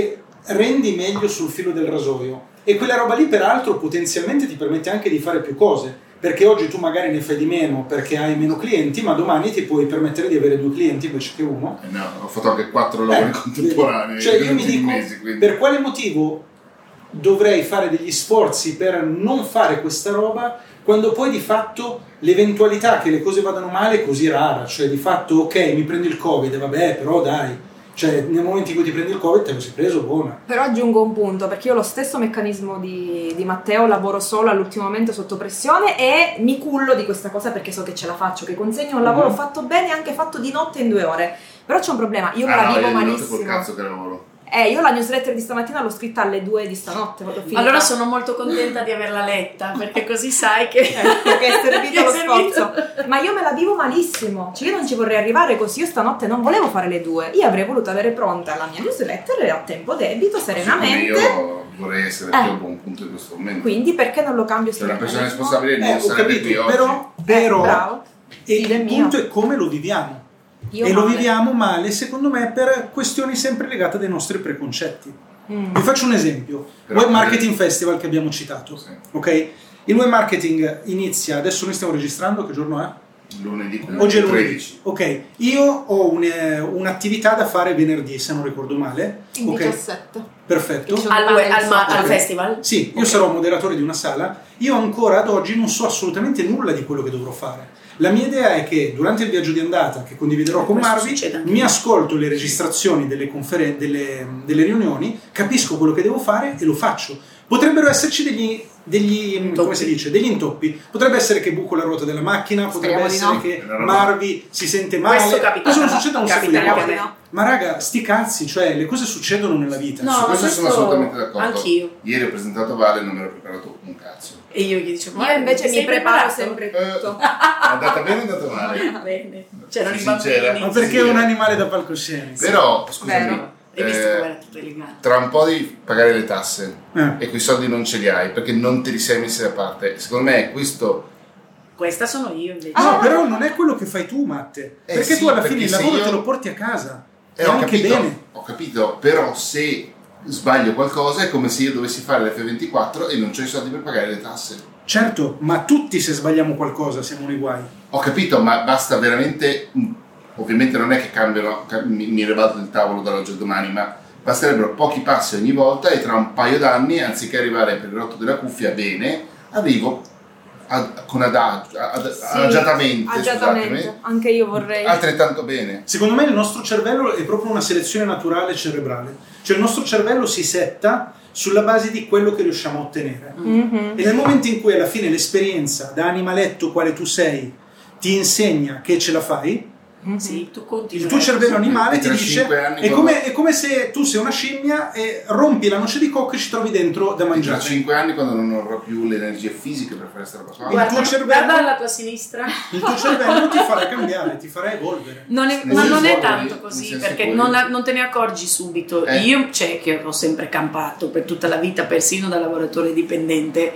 [SPEAKER 3] rendi meglio sul filo del rasoio, e quella roba lì peraltro potenzialmente ti permette anche di fare più cose, perché oggi tu magari ne fai di meno perché hai meno clienti, ma domani ti puoi permettere di avere 2 clienti invece che 1.
[SPEAKER 1] No, ho fatto anche 4 lavori contemporanei.
[SPEAKER 3] Cioè io mi dico,
[SPEAKER 1] mesi,
[SPEAKER 3] per quale motivo dovrei fare degli sforzi per non fare questa roba, quando poi di fatto l'eventualità che le cose vadano male è così rara. Cioè di fatto, ok, mi prendo il Covid, vabbè, però dai, cioè nel momento in cui ti prendi il Covid te lo sei preso, buona.
[SPEAKER 4] Però aggiungo un punto, perché io ho lo stesso meccanismo di Matteo, lavoro solo all'ultimo momento sotto pressione e mi cullo di questa cosa perché so che ce la faccio, che consegno un lavoro fatto bene, anche fatto di notte in 2 ore. Però c'è un problema, io me la vivo malissimo.
[SPEAKER 1] Col cazzo che lavoro.
[SPEAKER 4] Io la newsletter di stamattina l'ho scritta alle 2 di stanotte.
[SPEAKER 2] Allora sono molto contenta di averla letta, perché così sai che
[SPEAKER 4] è servito lo sforzo. Ma io me la vivo malissimo, cioè io non ci vorrei arrivare così. Io stanotte non volevo fare le 2, io avrei voluto avere pronta la mia newsletter a tempo debito, serenamente.
[SPEAKER 1] Io vorrei essere più a buon punto in questo momento.
[SPEAKER 4] Quindi perché non lo cambio?
[SPEAKER 1] Se una persona responsabile non sarebbe qui oggi.
[SPEAKER 3] Però
[SPEAKER 4] bravo.
[SPEAKER 3] il punto è come lo viviamo. Lo viviamo male, secondo me, per questioni sempre legate dai nostri preconcetti. Vi faccio un esempio. Web Marketing Festival che abbiamo citato.
[SPEAKER 1] Sì.
[SPEAKER 3] Ok? Il web marketing inizia, adesso noi stiamo registrando, che giorno è?
[SPEAKER 1] Lunedì.
[SPEAKER 3] Oggi è lunedì. 13. Ok, io ho un'attività da fare venerdì, se non ricordo male.
[SPEAKER 4] Il 17.
[SPEAKER 3] Perfetto.
[SPEAKER 2] Al festival?
[SPEAKER 3] Sì, io sarò moderatore di una sala. Io ancora ad oggi non so assolutamente nulla di quello che dovrò fare. La mia idea è che durante il viaggio di andata che condividerò con Marvi mi ascolto le registrazioni delle riunioni, capisco quello che devo fare e lo faccio. Potrebbero esserci degli intoppi. Potrebbe essere che buco la ruota della macchina, potrebbe essere che Marvi si sente male. Questo succede un sacco di volte. Ma raga, sti cazzi, cioè le cose succedono nella vita.
[SPEAKER 2] No,
[SPEAKER 1] su questo sono assolutamente d'accordo.
[SPEAKER 2] Anch'io.
[SPEAKER 1] Ieri ho presentato Vale e non mi ero preparato un cazzo.
[SPEAKER 2] E io gli dicevo,
[SPEAKER 4] io invece mi preparo sempre tutto.
[SPEAKER 1] È andata bene o è andata male?
[SPEAKER 2] Va bene. C'erano i
[SPEAKER 1] Sincera.
[SPEAKER 2] bambini.
[SPEAKER 3] Ma perché è un animale da palcoscenico?
[SPEAKER 1] Però, scusami,
[SPEAKER 4] Vero.
[SPEAKER 2] Hai visto come era tutto elegante?
[SPEAKER 1] tra un po' devi pagare le tasse e quei soldi non ce li hai perché non te li sei messi da parte. Secondo me questo...
[SPEAKER 2] Questa sono io invece.
[SPEAKER 3] No, però non è quello che fai tu, Matte. Perché
[SPEAKER 1] sì,
[SPEAKER 3] tu alla
[SPEAKER 1] perché
[SPEAKER 3] fine il
[SPEAKER 1] se
[SPEAKER 3] lavoro
[SPEAKER 1] io-
[SPEAKER 3] te lo porti a casa. E
[SPEAKER 1] ho
[SPEAKER 3] anche
[SPEAKER 1] capito,
[SPEAKER 3] bene.
[SPEAKER 1] ho capito, però se sbaglio qualcosa è come se io dovessi fare l'F24 e non ho i soldi per pagare le tasse.
[SPEAKER 3] Certo, ma tutti se sbagliamo qualcosa siamo nei guai.
[SPEAKER 1] Ho capito, ma basta veramente... Ovviamente non è che cambiano, mi revado del tavolo dall'oggi al domani, ma basterebbero pochi passi ogni volta e tra un paio d'anni, anziché arrivare per il rotto della cuffia bene, arrivo con agiatamente, scusatemi,
[SPEAKER 4] Anche io vorrei.
[SPEAKER 1] altrettanto bene.
[SPEAKER 3] Secondo me il nostro cervello è proprio una selezione naturale cerebrale. Cioè il nostro cervello si setta sulla base di quello che riusciamo a ottenere. E nel momento in cui alla fine l'esperienza da animaletto quale tu sei ti insegna che ce la fai,
[SPEAKER 2] Sì, tu continui.
[SPEAKER 3] il tuo cervello animale
[SPEAKER 1] E
[SPEAKER 3] ti
[SPEAKER 1] tra
[SPEAKER 3] dice
[SPEAKER 1] 5 anni
[SPEAKER 3] è come se tu sei una scimmia e rompi la noce di cocco e ci trovi dentro da
[SPEAKER 1] Tra
[SPEAKER 3] mangiare.
[SPEAKER 1] 5 anni, quando non avrò più le energie fisiche per fare questa roba qua,
[SPEAKER 3] Il tuo cervello-
[SPEAKER 2] Guarda alla tua sinistra.
[SPEAKER 3] Il tuo cervello ti farà cambiare, ti farà evolvere.
[SPEAKER 2] Non è,
[SPEAKER 1] Nel
[SPEAKER 2] ma non è
[SPEAKER 1] senso
[SPEAKER 2] tanto
[SPEAKER 1] poi,
[SPEAKER 2] così,
[SPEAKER 1] nel senso
[SPEAKER 2] perché
[SPEAKER 1] poi.
[SPEAKER 2] non te ne accorgi subito. Io, che ho sempre campato per tutta la vita, persino da lavoratore dipendente,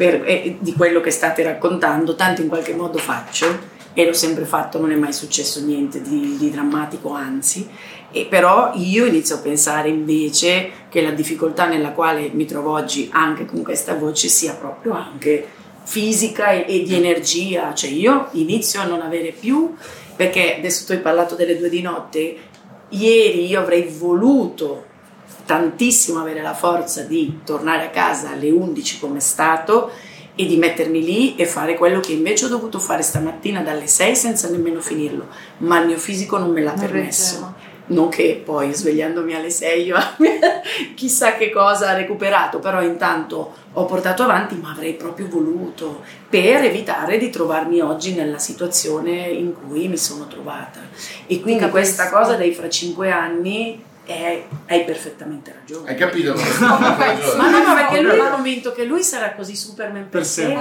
[SPEAKER 2] di quello che state raccontando, tanto in qualche modo faccio, e l'ho sempre fatto, non è mai successo niente di drammatico, anzi. E però io inizio a pensare invece che la difficoltà nella quale mi trovo oggi anche con questa voce sia proprio anche fisica e di energia. Cioè io inizio a non avere più, perché adesso tu hai parlato delle 2 di notte, ieri io avrei voluto tantissimo avere la forza di tornare a casa alle 11 come è stato e di mettermi lì e fare quello che invece ho dovuto fare stamattina dalle 6 senza nemmeno finirlo, ma il mio fisico non me l'ha permesso. Non che poi svegliandomi alle 6 io chissà che cosa ha recuperato, però intanto ho portato avanti, ma avrei proprio voluto, per evitare di trovarmi oggi nella situazione in cui mi sono trovata. E quindi questa cosa dei fra 5 anni hai perfettamente ragione.
[SPEAKER 1] hai capito?
[SPEAKER 2] Ma no, perché lui è convinto che lui sarà così Superman per sempre.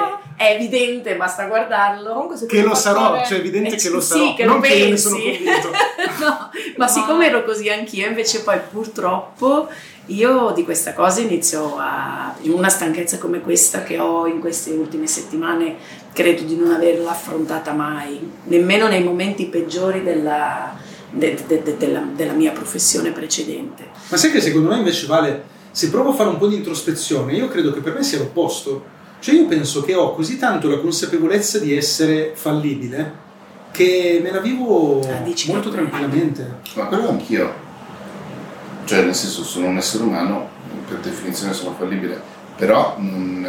[SPEAKER 2] È evidente, basta guardarlo.
[SPEAKER 4] Comunque, se
[SPEAKER 3] Che lo sarò,
[SPEAKER 4] fattore-
[SPEAKER 3] cioè è evidente che lo
[SPEAKER 2] sì,
[SPEAKER 3] sarò,
[SPEAKER 2] che
[SPEAKER 3] non
[SPEAKER 2] lo
[SPEAKER 3] che io ne
[SPEAKER 2] pensi.
[SPEAKER 3] sono convinto.
[SPEAKER 2] No, ma siccome ero così anch'io, invece poi purtroppo io di questa cosa inizio in una stanchezza come questa che ho in queste ultime settimane, credo di non averla affrontata mai, nemmeno nei momenti peggiori della mia professione precedente.
[SPEAKER 3] Ma sai che secondo me invece Vale, se provo a fare un po' di introspezione, io credo che per me sia l'opposto. Cioè io penso che ho così tanto la consapevolezza di essere fallibile che me la vivo molto tranquillamente.
[SPEAKER 1] Ma quello anch'io. Cioè nel senso sono un essere umano, per definizione sono fallibile, però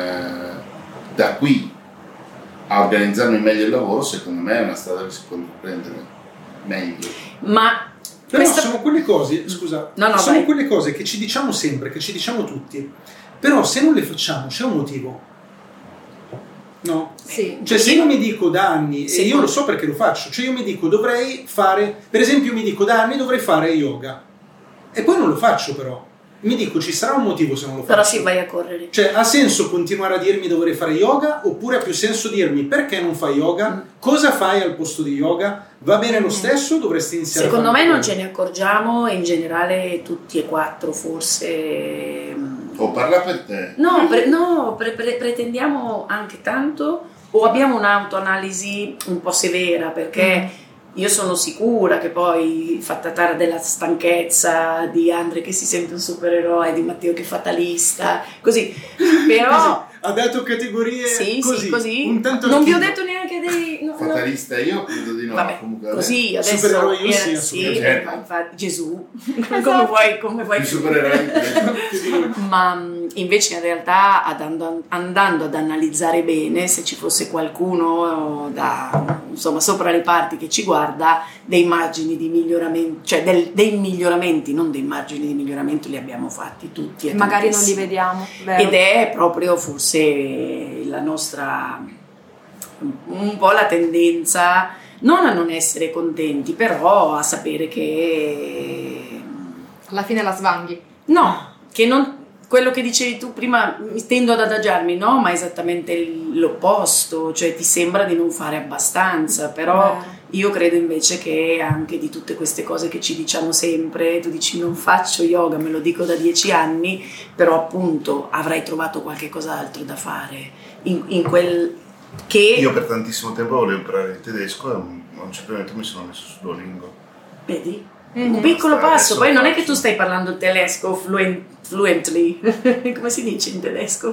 [SPEAKER 1] da qui a organizzarmi meglio il lavoro secondo me è una strada che si può prendere meglio.
[SPEAKER 2] Ma
[SPEAKER 3] però sono quelle cose, scusa,
[SPEAKER 2] sono
[SPEAKER 3] vai. Quelle cose che ci diciamo sempre, che ci diciamo tutti, però se non le facciamo c'è un motivo. No?
[SPEAKER 4] Sì.
[SPEAKER 3] Cioè se io mi dico da anni, e io lo so perché lo faccio, cioè io mi dico dovrei fare, per esempio mi dico da anni dovrei fare yoga e poi non lo faccio, però mi dico ci sarà un motivo se non lo faccio.
[SPEAKER 2] Però sì, vai a correre.
[SPEAKER 3] Cioè ha senso continuare a dirmi dovrei fare yoga, oppure ha più senso dirmi perché non fai yoga, cosa fai al posto di yoga, va bene lo stesso, dovresti iniziare
[SPEAKER 2] secondo
[SPEAKER 3] a fare
[SPEAKER 2] me non ce ne accorgiamo, e in generale tutti e quattro forse.
[SPEAKER 1] O parla per te.
[SPEAKER 2] No, pretendiamo anche tanto, o abbiamo un'autoanalisi un po' severa, perché io sono sicura che poi, fatta tara della stanchezza, di Andre che si sente un supereroe, di Matteo che è fatalista, così, però...
[SPEAKER 3] Ha dato categorie
[SPEAKER 2] sì,
[SPEAKER 3] così. Un tanto
[SPEAKER 2] non vi ho detto neanche dei...
[SPEAKER 1] Fatalista io credo di no.
[SPEAKER 2] Vabbè,
[SPEAKER 1] comunque,
[SPEAKER 2] così adesso
[SPEAKER 3] supereroi io
[SPEAKER 2] sì,
[SPEAKER 1] certo.
[SPEAKER 2] infatti, Gesù,
[SPEAKER 4] Esatto.
[SPEAKER 2] come vuoi
[SPEAKER 1] I supereroi.
[SPEAKER 2] ma invece in realtà andando ad analizzare bene, se ci fosse qualcuno insomma sopra le parti che ci guarda, dei margini di miglioramento, cioè dei miglioramenti, non dei margini di miglioramento, li abbiamo fatti tutti e
[SPEAKER 4] magari non li vediamo, vero?
[SPEAKER 2] ed è proprio forse la nostra, un po' la tendenza non a non essere contenti, però a sapere che
[SPEAKER 4] alla fine la svanghi.
[SPEAKER 2] no, che non, quello che dicevi tu prima, tendo ad adagiarmi, no, ma esattamente l'opposto, cioè ti sembra di non fare abbastanza, però io credo invece che anche di tutte queste cose che ci diciamo sempre, tu dici non faccio yoga, me lo dico da 10 anni, però appunto avrai trovato qualche cos'altro da fare in quel che...
[SPEAKER 1] Io per tantissimo tempo volevo imparare il tedesco e a un certo momento mi sono messo su Duolingo.
[SPEAKER 2] Vedi? Un piccolo passo, poi non è che tu stai parlando il tedesco fluently, come si dice in tedesco?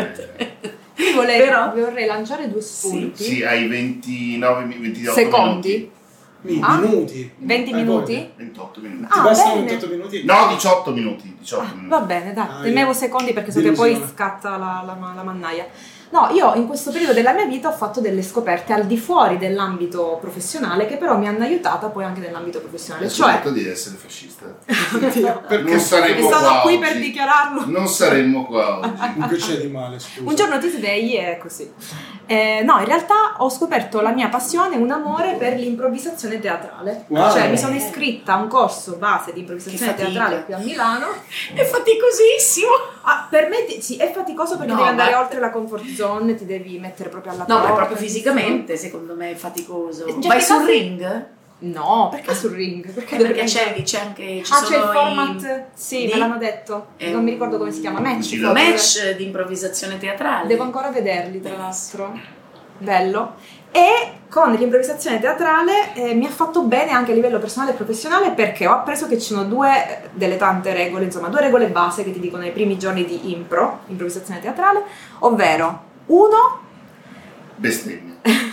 [SPEAKER 4] Io vorrei lanciare due spunti.
[SPEAKER 1] Sì, hai 29-28
[SPEAKER 4] secondi.
[SPEAKER 3] Minuti.
[SPEAKER 4] 20 minuti?
[SPEAKER 1] 28 minuti.
[SPEAKER 3] Ti bastano
[SPEAKER 4] bene.
[SPEAKER 3] 28 minuti?
[SPEAKER 1] No, 18 minuti. 18 minuti.
[SPEAKER 4] Va bene, dai,
[SPEAKER 3] io-
[SPEAKER 4] temevo secondi perché so che poi scatta la mannaia. No, io in questo periodo della mia vita ho fatto delle scoperte al di fuori dell'ambito professionale che però mi hanno aiutata poi anche nell'ambito professionale.
[SPEAKER 1] Hai
[SPEAKER 4] Cioè,
[SPEAKER 1] scoperto di essere fascista.
[SPEAKER 3] Perché
[SPEAKER 1] Non saremmo
[SPEAKER 4] sono
[SPEAKER 1] qua
[SPEAKER 4] qui
[SPEAKER 1] oggi.
[SPEAKER 4] per dichiararlo.
[SPEAKER 1] Non saremmo qua oggi.
[SPEAKER 3] Comunque c'è di male, scusa.
[SPEAKER 4] Un giorno ti svegli e è così. No, in realtà ho scoperto la mia passione, un amore per l'improvvisazione teatrale.
[SPEAKER 3] Wow.
[SPEAKER 4] Cioè mi sono iscritta a un corso base di improvvisazione
[SPEAKER 2] Che fatica.
[SPEAKER 4] teatrale qui a Milano.
[SPEAKER 2] È faticosissimo.
[SPEAKER 4] Per me sì, è faticoso perché
[SPEAKER 2] No,
[SPEAKER 4] devi andare
[SPEAKER 2] ma-
[SPEAKER 4] oltre la comfort zone, ti devi mettere proprio alla
[SPEAKER 2] No, ma
[SPEAKER 4] prova.
[SPEAKER 2] proprio fisicamente, secondo me è faticoso.
[SPEAKER 4] In certi
[SPEAKER 2] Vai sul
[SPEAKER 4] casi-
[SPEAKER 2] ring?
[SPEAKER 4] No, perché sul ring? Perché
[SPEAKER 2] Perché c'è anche ci
[SPEAKER 4] c'è il
[SPEAKER 2] sono
[SPEAKER 4] format, sì,
[SPEAKER 2] di-
[SPEAKER 4] me l'hanno detto. Non mi ricordo come si chiama, match.
[SPEAKER 1] Sì,
[SPEAKER 4] proprio.
[SPEAKER 2] match di improvvisazione teatrale.
[SPEAKER 4] Devo ancora vederli, tra l'altro. Bello. E con l'improvvisazione teatrale mi ha fatto bene anche a livello personale e professionale perché ho appreso che ci sono due delle tante regole, insomma, due regole base che ti dicono nei primi giorni di improvvisazione teatrale, ovvero uno,
[SPEAKER 1] Bestemmia.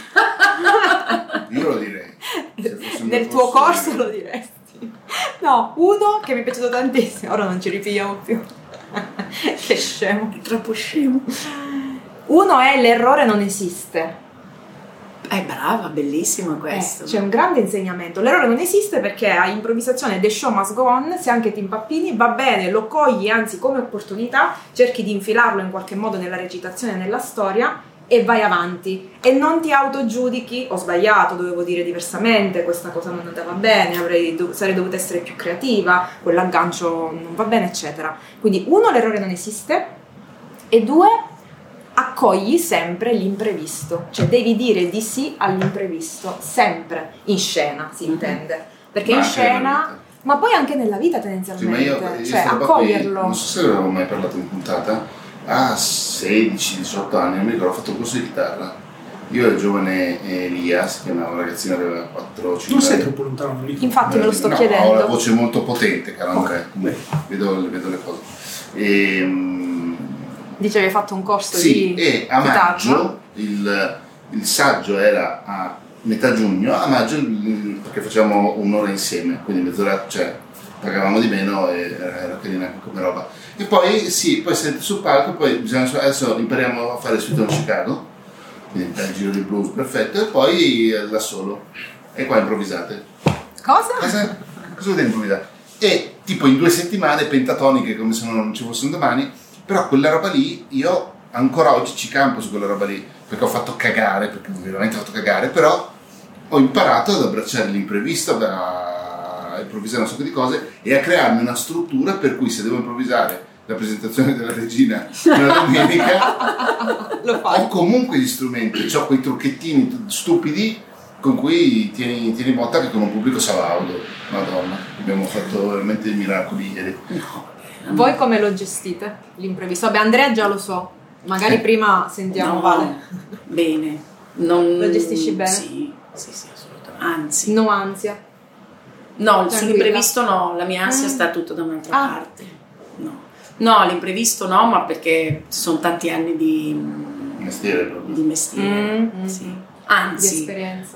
[SPEAKER 1] Io lo direi. Se fosse un
[SPEAKER 4] nel
[SPEAKER 1] mio
[SPEAKER 4] tuo
[SPEAKER 1] posto,
[SPEAKER 4] corso lo diresti. No, uno che mi è piaciuto tantissimo, ora non ci ripigliamo più. Che scemo.
[SPEAKER 2] È troppo scemo.
[SPEAKER 4] Uno è l'errore non esiste.
[SPEAKER 2] Brava, bellissimo questo.
[SPEAKER 4] C'è un grande insegnamento. L'errore non esiste perché a improvvisazione the show must go on, se anche ti impappini va bene, lo cogli anzi come opportunità, cerchi di infilarlo in qualche modo nella recitazione, nella storia e vai avanti e non ti autogiudichi, ho sbagliato, dovevo dire diversamente, questa cosa non andava bene, sarei dovuta essere più creativa, quell'aggancio non va bene, eccetera. Quindi uno, l'errore non esiste, e due, accogli sempre l'imprevisto, cioè devi dire di sì all'imprevisto, sempre, in scena si intende, perché
[SPEAKER 1] Ma
[SPEAKER 4] in
[SPEAKER 1] anche nella
[SPEAKER 4] scena,
[SPEAKER 1] vita.
[SPEAKER 4] ma poi anche nella vita
[SPEAKER 1] Sì, ma
[SPEAKER 4] tendenzialmente,
[SPEAKER 1] io
[SPEAKER 4] cioè
[SPEAKER 1] sta roba qui,
[SPEAKER 4] accoglierlo.
[SPEAKER 1] non so se avevamo mai parlato in puntata. A 16-18 anni, non mi ricordo, ho fatto un corso di chitarra Io ero giovane Elia, si chiamava, una ragazzina aveva 4-5
[SPEAKER 3] Non sei
[SPEAKER 1] anni.
[SPEAKER 3] troppo lontano da lì.
[SPEAKER 4] Infatti me lo sto
[SPEAKER 1] No,
[SPEAKER 4] chiedendo.
[SPEAKER 1] ho la voce molto potente, caro Andrea, vedo le cose.
[SPEAKER 4] Dicevi hai fatto un corso
[SPEAKER 1] Sì,
[SPEAKER 4] di
[SPEAKER 1] e a
[SPEAKER 4] chitarra.
[SPEAKER 1] maggio il saggio era a metà giugno, a maggio perché facciamo un'ora insieme, quindi mezz'ora, cioè pagavamo di meno e era carina come roba. E poi poi senti sul palco, poi adesso impariamo a fare Sweet Home Chicago, quindi il giro di blues perfetto, e poi da solo. E qua improvvisate.
[SPEAKER 4] Cosa?
[SPEAKER 1] Cosa vuol dire improvvisare? E tipo in 2 settimane pentatoniche come se non ci fossero domani, però quella roba lì io ancora oggi ci campo su quella roba lì, perché ho fatto cagare, perché veramente ho fatto cagare, però ho imparato ad abbracciare l'imprevisto, a improvvisare un sacco di cose e a crearmi una struttura per cui se devo improvvisare la presentazione della regina una domenica
[SPEAKER 4] Lo fai.
[SPEAKER 1] ho comunque gli strumenti, ho quei trucchettini stupidi con cui tieni botta, che con un pubblico salaudo. Madonna, abbiamo fatto veramente dei miracoli ieri.
[SPEAKER 4] Voi come lo gestite l'imprevisto? Vabbè, Andrea già lo so, magari prima sentiamo
[SPEAKER 2] No,
[SPEAKER 4] Vale.
[SPEAKER 2] Bene. Non...
[SPEAKER 4] Lo gestisci bene?
[SPEAKER 2] Sì, assolutamente. Anzi,
[SPEAKER 4] No ansia.
[SPEAKER 2] no,
[SPEAKER 4] Tranquilla.
[SPEAKER 2] sull'imprevisto no, la mia ansia sta tutta da un'altra
[SPEAKER 4] Ah.
[SPEAKER 2] parte. No, l'imprevisto no, ma perché sono tanti anni di
[SPEAKER 1] Mestiere proprio.
[SPEAKER 2] mestiere. Sì.
[SPEAKER 4] Di
[SPEAKER 2] Anzi,
[SPEAKER 4] esperienza.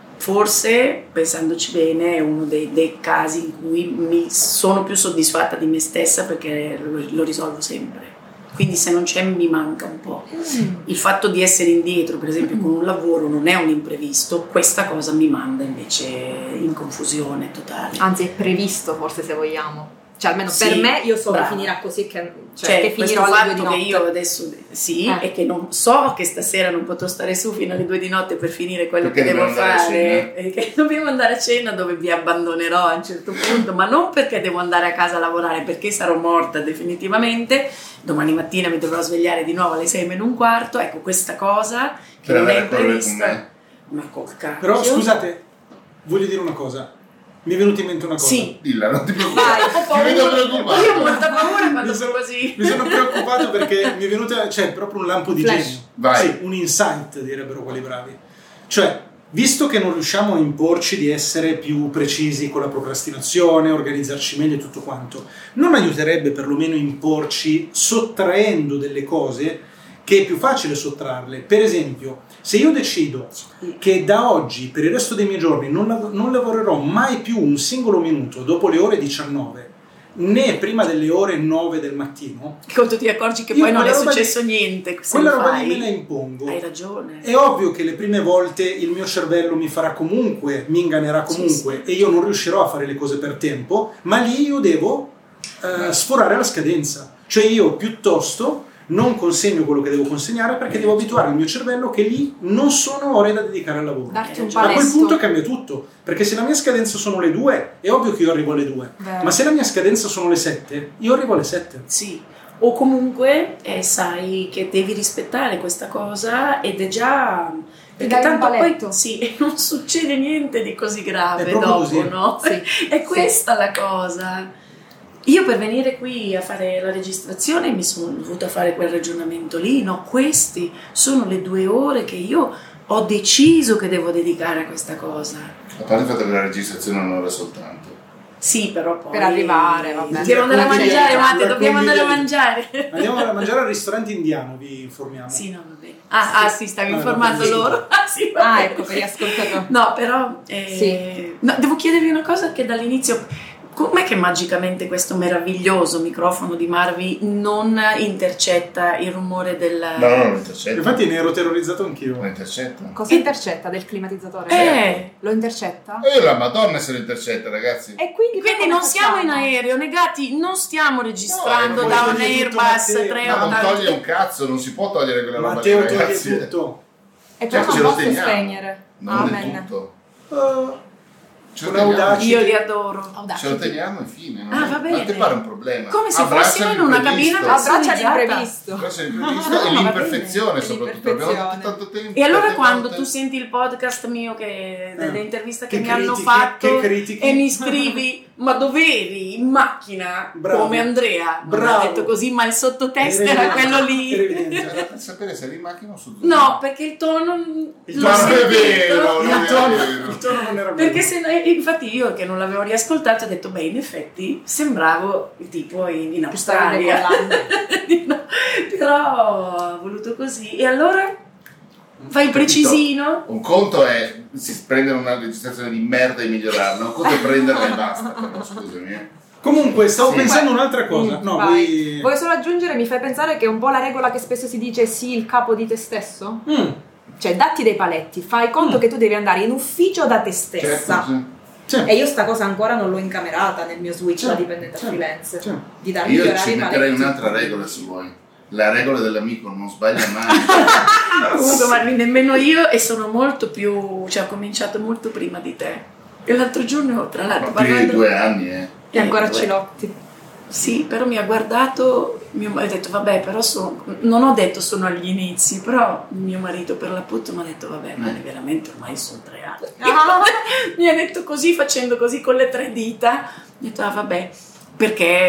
[SPEAKER 2] forse, pensandoci bene, è uno dei casi in cui mi sono più soddisfatta di me stessa perché lo risolvo sempre. Quindi se non c'è mi manca un po'. Il fatto di essere indietro, per esempio, con un lavoro non è un imprevisto, questa cosa mi manda invece in confusione totale.
[SPEAKER 4] Anzi è previsto forse se vogliamo. Cioè almeno
[SPEAKER 2] Sì,
[SPEAKER 4] per me io so
[SPEAKER 2] brava.
[SPEAKER 4] che finirà così, che
[SPEAKER 2] Cioè,
[SPEAKER 4] che
[SPEAKER 2] questo
[SPEAKER 4] finirò alle 2 di
[SPEAKER 2] fatto che
[SPEAKER 4] notte.
[SPEAKER 2] io adesso e che non so che stasera non potrò stare su fino alle 2 di notte per finire quello
[SPEAKER 1] Perché
[SPEAKER 2] che devo
[SPEAKER 1] dobbiamo andare a
[SPEAKER 2] fare, e che dobbiamo andare a cena dove vi abbandonerò a un certo punto, ma non perché devo andare a casa a lavorare, perché sarò morta definitivamente. Domani mattina mi dovrò svegliare di nuovo alle 6:15. Ecco, questa cosa che
[SPEAKER 1] Per
[SPEAKER 2] non è
[SPEAKER 1] andare a correre con
[SPEAKER 2] imprevista,
[SPEAKER 1] me.
[SPEAKER 2] ma col cacchio.
[SPEAKER 3] Però scusate, voglio dire una cosa. Mi è venuta in mente una cosa.
[SPEAKER 2] Sì.
[SPEAKER 1] Dilla, non ti
[SPEAKER 2] Vai,
[SPEAKER 1] preoccupare. Ti vedo preoccupato.
[SPEAKER 2] io ho molta paura quando
[SPEAKER 3] Mi
[SPEAKER 2] sono
[SPEAKER 3] sono-
[SPEAKER 2] così.
[SPEAKER 3] Mi sono preoccupato perché mi è venuta, cioè, proprio un lampo di
[SPEAKER 4] Flash.
[SPEAKER 3] genio.
[SPEAKER 1] Vai.
[SPEAKER 3] Sì, un insight, direbbero quelli bravi. Cioè, visto che non riusciamo a imporci di essere più precisi con la procrastinazione, organizzarci meglio e tutto quanto, non aiuterebbe perlomeno imporci sottraendo delle cose che è più facile sottrarle. Per esempio, se io decido che da oggi, per il resto dei miei giorni, non lavorerò mai più un singolo minuto dopo le ore 19, né prima delle ore 9 del mattino,
[SPEAKER 2] Quando ti accorgi che
[SPEAKER 3] Io
[SPEAKER 2] poi non è
[SPEAKER 3] quella roba
[SPEAKER 2] successo niente, se
[SPEAKER 3] quella
[SPEAKER 2] lo
[SPEAKER 3] roba
[SPEAKER 2] fai,
[SPEAKER 3] lì me la impongo.
[SPEAKER 2] hai ragione.
[SPEAKER 3] È ovvio che le prime volte il mio cervello mi farà comunque, mi ingannerà comunque,
[SPEAKER 2] Sì.
[SPEAKER 3] e io non riuscirò a fare le cose per tempo, ma lì io devo sforare la scadenza. Cioè io piuttosto non consegno quello che devo consegnare perché devo abituare il mio cervello che lì non sono ore da dedicare al lavoro.
[SPEAKER 4] Darti un
[SPEAKER 2] A
[SPEAKER 3] A quel
[SPEAKER 4] palesto.
[SPEAKER 3] punto cambia tutto, perché se la mia scadenza sono le 2, è ovvio che io arrivo alle 2,
[SPEAKER 4] Vero.
[SPEAKER 3] ma se la mia scadenza sono le 7, io arrivo alle 7.
[SPEAKER 2] Sì, o comunque sai che devi rispettare questa cosa ed è già... Perché
[SPEAKER 4] dai un
[SPEAKER 2] tanto poi
[SPEAKER 4] paletto.
[SPEAKER 2] sì, non succede niente di così grave
[SPEAKER 3] È proprio
[SPEAKER 2] dopo,
[SPEAKER 3] così.
[SPEAKER 2] no?
[SPEAKER 4] Sì.
[SPEAKER 2] È questa la cosa. Io per venire qui a fare la registrazione mi sono dovuta fare quel ragionamento lì, no? Questi sono le 2 ore che io ho deciso che devo dedicare a questa cosa.
[SPEAKER 1] A parte il fatto che la registrazione è un'ora soltanto.
[SPEAKER 2] Sì, però poi...
[SPEAKER 4] Per arrivare, vabbè.
[SPEAKER 2] Dobbiamo andare a
[SPEAKER 3] Raccondi
[SPEAKER 2] mangiare,
[SPEAKER 3] via-
[SPEAKER 2] Matte, dobbiamo andare a
[SPEAKER 3] raccondi
[SPEAKER 2] mangiare.
[SPEAKER 3] Andiamo a mangiare al ristorante indiano, vi informiamo.
[SPEAKER 2] Sì, no, va bene. Ah, sì, stavi
[SPEAKER 3] Ah,
[SPEAKER 2] informando
[SPEAKER 3] sì.
[SPEAKER 2] loro. Ah, sì, va
[SPEAKER 4] Ah,
[SPEAKER 2] bene.
[SPEAKER 4] ecco, per gli ascoltatori.
[SPEAKER 2] No, però...
[SPEAKER 4] Sì.
[SPEAKER 2] no, devo chiedervi una cosa che dall'inizio... Com'è che magicamente questo meraviglioso microfono di Marvi non intercetta il rumore del...
[SPEAKER 1] No, non intercetta.
[SPEAKER 3] Infatti ne ero terrorizzato anch'io.
[SPEAKER 1] Non intercetta.
[SPEAKER 4] Cosa intercetta del climatizzatore? Lo intercetta?
[SPEAKER 1] E io la Madonna se lo intercetta, ragazzi.
[SPEAKER 4] E quindi
[SPEAKER 2] Quindi non siamo in aereo, negati, non stiamo registrando
[SPEAKER 1] No,
[SPEAKER 2] da
[SPEAKER 3] non
[SPEAKER 2] un
[SPEAKER 3] toglie tutto,
[SPEAKER 2] Airbus
[SPEAKER 3] Matteo.
[SPEAKER 1] Ma non
[SPEAKER 2] 380.
[SPEAKER 1] toglie un cazzo, non si può togliere quella roba lì,
[SPEAKER 3] Matteo toglie
[SPEAKER 1] ragazzi.
[SPEAKER 3] tutto.
[SPEAKER 4] E però
[SPEAKER 1] Cioè, ce
[SPEAKER 4] non
[SPEAKER 1] lo
[SPEAKER 4] posso
[SPEAKER 1] teniamo.
[SPEAKER 4] spegnere.
[SPEAKER 1] Non del
[SPEAKER 4] Amen.
[SPEAKER 1] tutto. Ce lo
[SPEAKER 3] Con
[SPEAKER 1] teniamo.
[SPEAKER 3] audacia.
[SPEAKER 2] Io li adoro.
[SPEAKER 1] Ce lo teniamo e fine. no?
[SPEAKER 2] Ah, va bene.
[SPEAKER 1] Ma ti pare un problema?
[SPEAKER 2] Come se
[SPEAKER 1] Abbraccia
[SPEAKER 2] fossimo in una
[SPEAKER 1] l'imprevisto.
[SPEAKER 2] cabina
[SPEAKER 4] Abbraccia
[SPEAKER 2] personalizzata.
[SPEAKER 4] l'imprevisto.
[SPEAKER 1] Abbraccia l'imprevisto
[SPEAKER 2] No,
[SPEAKER 1] e
[SPEAKER 2] va
[SPEAKER 1] l'imperfezione
[SPEAKER 4] bene.
[SPEAKER 1] soprattutto. Abbiamo
[SPEAKER 4] L'imperfezione.
[SPEAKER 1] tanto tempo.
[SPEAKER 2] E allora
[SPEAKER 1] tante
[SPEAKER 2] quando
[SPEAKER 1] volte.
[SPEAKER 2] tu senti il podcast mio, delle interviste che
[SPEAKER 3] Che
[SPEAKER 2] mi hanno
[SPEAKER 3] critiche,
[SPEAKER 2] fatto
[SPEAKER 3] che critiche.
[SPEAKER 2] e mi scrivi ma dov'eri? In macchina?
[SPEAKER 3] Bravo.
[SPEAKER 2] Come Andrea. Non
[SPEAKER 3] Bravo.
[SPEAKER 2] ha detto così, ma il sottotesto era quello lì.
[SPEAKER 1] Era per sapere se eri in macchina o su
[SPEAKER 2] No, perché il tono
[SPEAKER 3] Il
[SPEAKER 2] l'ho
[SPEAKER 3] tono
[SPEAKER 1] è
[SPEAKER 2] sentito.
[SPEAKER 1] vero,
[SPEAKER 3] Il
[SPEAKER 1] non è
[SPEAKER 3] tono,
[SPEAKER 1] vero.
[SPEAKER 3] il tono non era
[SPEAKER 2] Perché
[SPEAKER 3] bello.
[SPEAKER 2] infatti io che non l'avevo riascoltato ho detto, beh, in effetti sembravo tipo in
[SPEAKER 4] Che stavi
[SPEAKER 2] Australia.
[SPEAKER 4] decollando.
[SPEAKER 2] No, però ho voluto così. E allora fai il precisino?
[SPEAKER 1] Un conto è prendere una registrazione di merda e migliorarla, un conto è prenderla e basta, però scusami.
[SPEAKER 3] Comunque, stavo
[SPEAKER 1] Sì.
[SPEAKER 3] pensando un'altra cosa. No,
[SPEAKER 4] Vai. Voglio solo aggiungere, mi fai pensare che è un po' la regola che spesso si dice sì, il capo di te stesso? Cioè, datti dei paletti, fai conto che tu devi andare in ufficio da te stessa.
[SPEAKER 1] Certo, sì.
[SPEAKER 3] Sì.
[SPEAKER 4] E io sta cosa ancora non l'ho incamerata nel mio switch
[SPEAKER 3] Sì,
[SPEAKER 4] da dipendente a
[SPEAKER 3] sì,
[SPEAKER 4] freelance.
[SPEAKER 3] sì.
[SPEAKER 4] Di darmi gli
[SPEAKER 1] Io
[SPEAKER 4] orari
[SPEAKER 1] ci
[SPEAKER 4] e
[SPEAKER 1] metterei
[SPEAKER 4] paletti.
[SPEAKER 1] un'altra regola se vuoi. La regola dell'amico, non sbaglia mai.
[SPEAKER 2] Comunque, Marvi, nemmeno io, e sono molto più, cioè ho cominciato molto prima di te. E l'altro giorno, tra l'altro,
[SPEAKER 1] Ma più di 2 anni,
[SPEAKER 4] E ancora
[SPEAKER 2] due-
[SPEAKER 4] Cilotti.
[SPEAKER 2] Sì, però mi ha guardato, ho detto vabbè, però non ho detto sono agli inizi, però mio marito per l'appunto mi ha detto vabbè, ma veramente ormai sono 3 anni. Mi ha detto così, facendo così con le 3 dita, ho detto vabbè, perché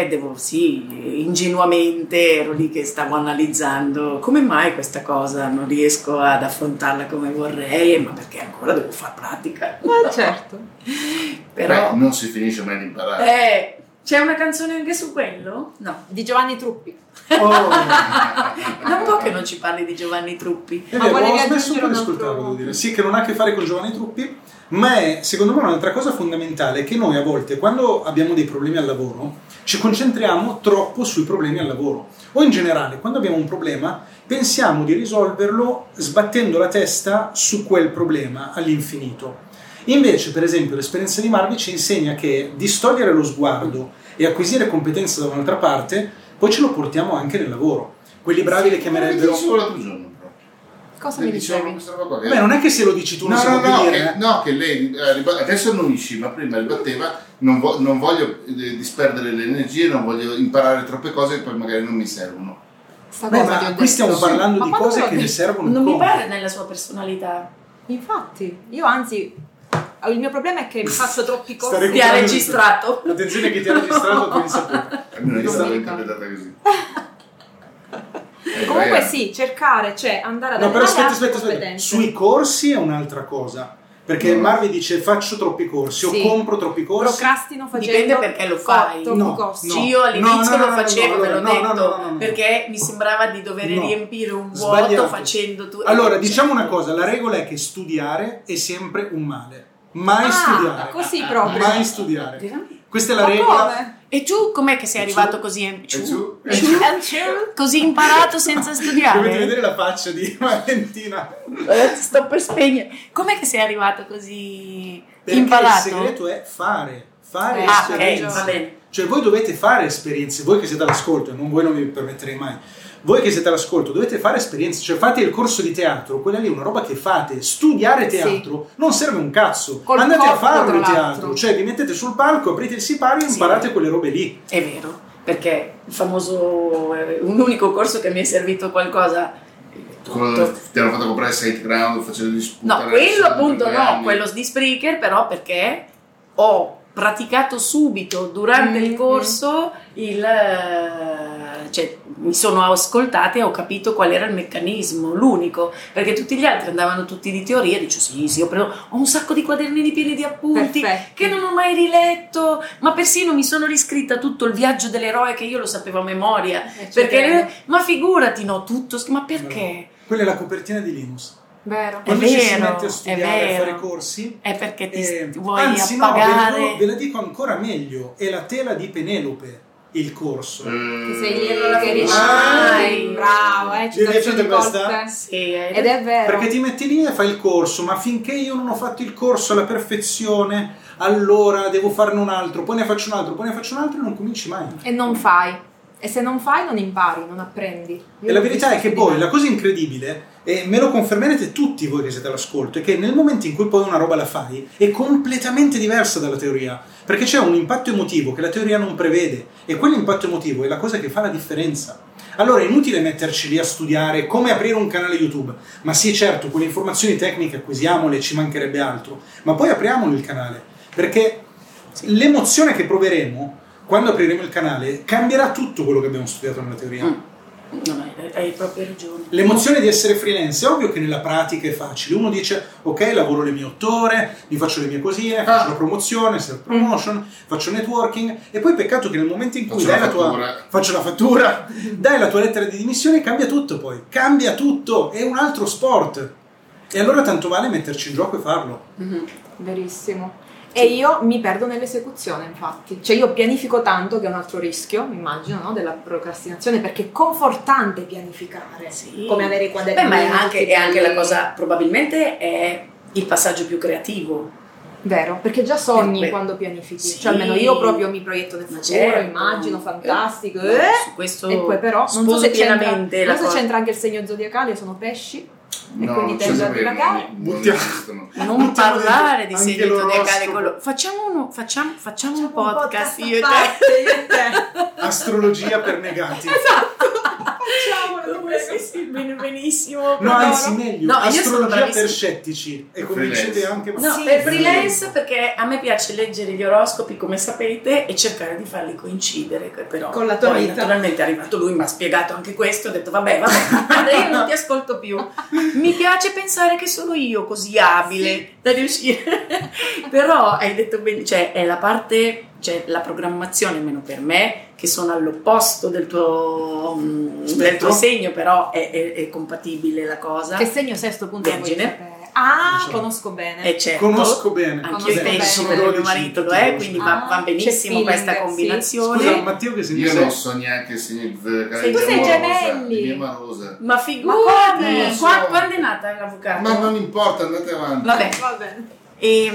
[SPEAKER 2] ingenuamente ero lì che stavo analizzando come mai questa cosa non riesco ad affrontarla come vorrei, ma perché ancora devo fare pratica.
[SPEAKER 4] Certo.
[SPEAKER 2] Però,
[SPEAKER 1] Beh, non si finisce mai di imparare.
[SPEAKER 2] c'è una canzone anche su quello? No.
[SPEAKER 4] Di Giovanni Truppi.
[SPEAKER 3] Oh,
[SPEAKER 2] Da un po' che non ci parli di Giovanni Truppi.
[SPEAKER 3] è
[SPEAKER 4] Ma
[SPEAKER 3] vero,
[SPEAKER 4] volevi
[SPEAKER 3] ho smesso un po' di
[SPEAKER 4] aggiungere un
[SPEAKER 3] ascoltarlo,
[SPEAKER 4] altro-
[SPEAKER 3] devo dire. Sì, che non ha a che fare con Giovanni Truppi, ma è, secondo me, un'altra cosa fondamentale, che noi a volte, quando abbiamo dei problemi al lavoro, ci concentriamo troppo sui problemi al lavoro. O in generale, quando abbiamo un problema, pensiamo di risolverlo sbattendo la testa su quel problema all'infinito. Invece, per esempio, l'esperienza di Marvi ci insegna che distogliere lo sguardo e acquisire competenza da un'altra parte, poi ce lo portiamo anche nel lavoro. Quelli bravi le chiamerebbero...
[SPEAKER 1] Solo l'altro giorno, però.
[SPEAKER 4] Cosa
[SPEAKER 1] Le
[SPEAKER 4] mi
[SPEAKER 1] dicevano
[SPEAKER 4] dicevi?
[SPEAKER 1] questa roba qua, che-
[SPEAKER 3] Beh, non è che se lo dici tu non si può più dire.
[SPEAKER 1] che lei adesso annuisci, ma prima ribatteva, non voglio disperdere le energie, non voglio imparare troppe cose che poi magari non mi servono.
[SPEAKER 4] Sta
[SPEAKER 3] Beh,
[SPEAKER 4] cosa ti
[SPEAKER 3] ma
[SPEAKER 4] ho
[SPEAKER 3] qui stiamo
[SPEAKER 4] detto.
[SPEAKER 3] parlando
[SPEAKER 4] Ma
[SPEAKER 3] di
[SPEAKER 4] quando
[SPEAKER 3] cose
[SPEAKER 4] l'ho
[SPEAKER 3] che ne
[SPEAKER 4] detto?
[SPEAKER 3] servono
[SPEAKER 2] Non mi
[SPEAKER 3] come.
[SPEAKER 2] pare nella sua personalità.
[SPEAKER 4] Infatti, io anzi, il mio problema è che faccio troppi corsi.
[SPEAKER 3] Stare
[SPEAKER 2] Ti ha
[SPEAKER 3] Contando
[SPEAKER 2] registrato.
[SPEAKER 3] Attenzione che ti ha registrato, tu insaputo.
[SPEAKER 1] Almeno io
[SPEAKER 4] Non
[SPEAKER 1] stavo
[SPEAKER 4] dica.
[SPEAKER 1] interpretata così.
[SPEAKER 4] Comunque sì, cercare, cioè andare ad
[SPEAKER 3] No, però
[SPEAKER 4] allenare
[SPEAKER 3] aspetta.
[SPEAKER 4] altre competenze.
[SPEAKER 3] Sui corsi è un'altra cosa. Perché Marvi dice faccio troppi corsi
[SPEAKER 4] Sì.
[SPEAKER 3] o compro troppi corsi.
[SPEAKER 4] Procrastino facendo
[SPEAKER 2] Dipende perché lo fai.
[SPEAKER 4] troppi
[SPEAKER 3] No,
[SPEAKER 4] corsi.
[SPEAKER 3] no.
[SPEAKER 2] Sì, io all'inizio
[SPEAKER 3] no,
[SPEAKER 2] lo
[SPEAKER 3] no,
[SPEAKER 2] facevo,
[SPEAKER 3] no,
[SPEAKER 2] ve l'ho
[SPEAKER 3] no,
[SPEAKER 2] detto,
[SPEAKER 3] no.
[SPEAKER 2] perché mi sembrava di dover
[SPEAKER 3] No.
[SPEAKER 2] riempire un vuoto
[SPEAKER 3] Sbagliato.
[SPEAKER 2] facendo tu.
[SPEAKER 3] Allora, diciamo una cosa, la regola è che studiare è sempre un male. Mai studiare.
[SPEAKER 4] così proprio.
[SPEAKER 3] Mai studiare.
[SPEAKER 2] Veramente?
[SPEAKER 3] Questa è la
[SPEAKER 4] Ma
[SPEAKER 3] regola.
[SPEAKER 4] come?
[SPEAKER 2] E tu com'è che sei arrivato così così imparato senza
[SPEAKER 3] Dovete
[SPEAKER 2] studiare?
[SPEAKER 3] vedere la faccia di Valentina.
[SPEAKER 2] Sto per spegnere. Com'è che sei arrivato così
[SPEAKER 3] Perché
[SPEAKER 2] imparato?
[SPEAKER 3] il segreto è fare
[SPEAKER 2] Ok,
[SPEAKER 3] esperienze.
[SPEAKER 2] va bene.
[SPEAKER 3] Cioè voi dovete fare esperienze, voi che siete all'ascolto, e non voi non vi permetterei mai, voi che siete all'ascolto dovete fare esperienze, cioè fate il corso di teatro, quella lì è una roba che fate, studiare teatro non serve un cazzo,
[SPEAKER 4] Col
[SPEAKER 3] andate a
[SPEAKER 4] corpo,
[SPEAKER 3] farlo il
[SPEAKER 4] tra
[SPEAKER 3] teatro,
[SPEAKER 4] l'altro.
[SPEAKER 3] cioè vi mettete sul palco, aprite il sipario e
[SPEAKER 2] Sì.
[SPEAKER 3] imparate quelle robe lì.
[SPEAKER 2] È vero, perché il famoso, un unico corso che mi è servito qualcosa.
[SPEAKER 1] Ti hanno fatto comprare SiteGround facendo di sputare.
[SPEAKER 2] No, quello
[SPEAKER 1] adesso
[SPEAKER 2] appunto
[SPEAKER 1] per 3
[SPEAKER 2] no,
[SPEAKER 1] anni.
[SPEAKER 2] quello di Spreaker, però perché ho praticato subito durante il corso cioè mi sono ascoltata e ho capito qual era il meccanismo, l'unico, perché tutti gli altri andavano tutti di teoria e dicevo sì, ho un sacco di quadernini pieni di appunti
[SPEAKER 4] Perfetti.
[SPEAKER 2] che non ho mai riletto, ma persino mi sono riscritta tutto il viaggio dell'eroe che io lo sapevo a memoria,
[SPEAKER 4] ci
[SPEAKER 2] perché
[SPEAKER 4] credo.
[SPEAKER 2] ma figurati, no, tutto, ma perché?
[SPEAKER 3] Quella è la copertina di Linus.
[SPEAKER 4] Vero.
[SPEAKER 3] Quando ci si
[SPEAKER 2] vero,
[SPEAKER 3] mette a
[SPEAKER 2] è
[SPEAKER 3] studiare, a
[SPEAKER 2] vero.
[SPEAKER 3] fare corsi,
[SPEAKER 2] È perché ti
[SPEAKER 3] eh,
[SPEAKER 2] vuoi
[SPEAKER 3] anzi
[SPEAKER 2] appagare.
[SPEAKER 3] no, ve la dico ancora meglio, è la tela di Penelope il corso.
[SPEAKER 4] Che sei lì allora che dici,
[SPEAKER 2] Vai.
[SPEAKER 4] bravo,
[SPEAKER 3] Ti è
[SPEAKER 4] citazioni
[SPEAKER 3] piaciuta questa?
[SPEAKER 4] colpe.
[SPEAKER 2] Sì,
[SPEAKER 4] Ed è vero.
[SPEAKER 3] Perché ti metti lì e fai il corso, ma finché io non ho fatto il corso alla perfezione, allora devo farne un altro, poi ne faccio un altro, poi ne faccio un altro e non cominci mai.
[SPEAKER 4] E non fai. E se non fai non impari, non apprendi. Io
[SPEAKER 3] E la
[SPEAKER 4] l'ho
[SPEAKER 3] verità
[SPEAKER 4] visto
[SPEAKER 3] è che
[SPEAKER 4] su di
[SPEAKER 3] poi
[SPEAKER 4] me.
[SPEAKER 3] la cosa incredibile, e me lo confermerete tutti voi che siete all'ascolto, è che nel momento in cui poi una roba la fai è completamente diversa dalla teoria, perché c'è un impatto emotivo che la teoria non prevede e quell'impatto emotivo è la cosa che fa la differenza. Allora è inutile metterci lì a studiare come aprire un canale YouTube, ma sì certo, quelle informazioni tecniche acquisiamole, ci mancherebbe altro, ma poi apriamolo il canale, perché l'emozione che proveremo quando apriremo il canale cambierà tutto quello che abbiamo studiato nella teoria.
[SPEAKER 2] No, hai proprio ragione.
[SPEAKER 3] L'emozione di essere freelance è ovvio che nella pratica è facile. Uno dice ok, lavoro le mie 8 ore, mi faccio le mie cosine, faccio la promozione, self promotion, faccio networking, e poi peccato che nel momento in cui faccio la fattura, dai la tua lettera di dimissioni, cambia tutto. Poi cambia tutto, è un altro sport, e allora tanto vale metterci in gioco e farlo.
[SPEAKER 4] Verissimo. E io mi perdo nell'esecuzione, infatti. Cioè io pianifico tanto, che è un altro rischio, immagino, no? Della procrastinazione, perché è confortante pianificare, come avere i quaderni.
[SPEAKER 2] Ma è anche la cosa, probabilmente è il passaggio più creativo.
[SPEAKER 4] Vero, perché già sogni quando pianifichi.
[SPEAKER 2] Sì.
[SPEAKER 4] Cioè almeno io proprio mi proietto nel futuro, immagino, fantastico.
[SPEAKER 2] Su questo
[SPEAKER 4] e poi però non so se c'entra anche il segno zodiacale, sono pesci. E
[SPEAKER 1] No,
[SPEAKER 4] quindi tendo a divagare.
[SPEAKER 2] Non parlare di segni zodiacali. Facciamo un podcast io e te.
[SPEAKER 3] Astrologia per negati.
[SPEAKER 2] Sì, benissimo.
[SPEAKER 3] No, anzi meglio,
[SPEAKER 2] No,
[SPEAKER 3] astrologia per scettici. E come dicete anche
[SPEAKER 2] per freelance, perché a me piace leggere gli oroscopi, come sapete, e cercare di farli coincidere, però
[SPEAKER 4] con la tua
[SPEAKER 2] poi
[SPEAKER 4] vita.
[SPEAKER 2] Naturalmente è arrivato lui, mi ha spiegato anche questo, ho detto vabbè, guarda, io non ti ascolto più. Mi piace pensare che sono io così abile da riuscire. Però hai detto bene, cioè è la parte, cioè la programmazione, almeno per me, che sono all'opposto del tuo segno, però è compatibile la cosa.
[SPEAKER 4] Che segno sei a sto punto?
[SPEAKER 2] Vergine.
[SPEAKER 4] Conosco bene.
[SPEAKER 2] Certo,
[SPEAKER 3] conosco bene.
[SPEAKER 2] Anch'io i pesci, perché mio marito lo è, quindi va benissimo questa combinazione.
[SPEAKER 3] Scusa, Matteo, che segno
[SPEAKER 1] io
[SPEAKER 3] sei?
[SPEAKER 1] non so neanche se
[SPEAKER 4] tu sei gemelli.
[SPEAKER 2] Ma figurati,
[SPEAKER 1] so.
[SPEAKER 2] quando è nata l'avvocato?
[SPEAKER 1] Ma non importa, andate avanti.
[SPEAKER 2] Vabbè.
[SPEAKER 4] bene.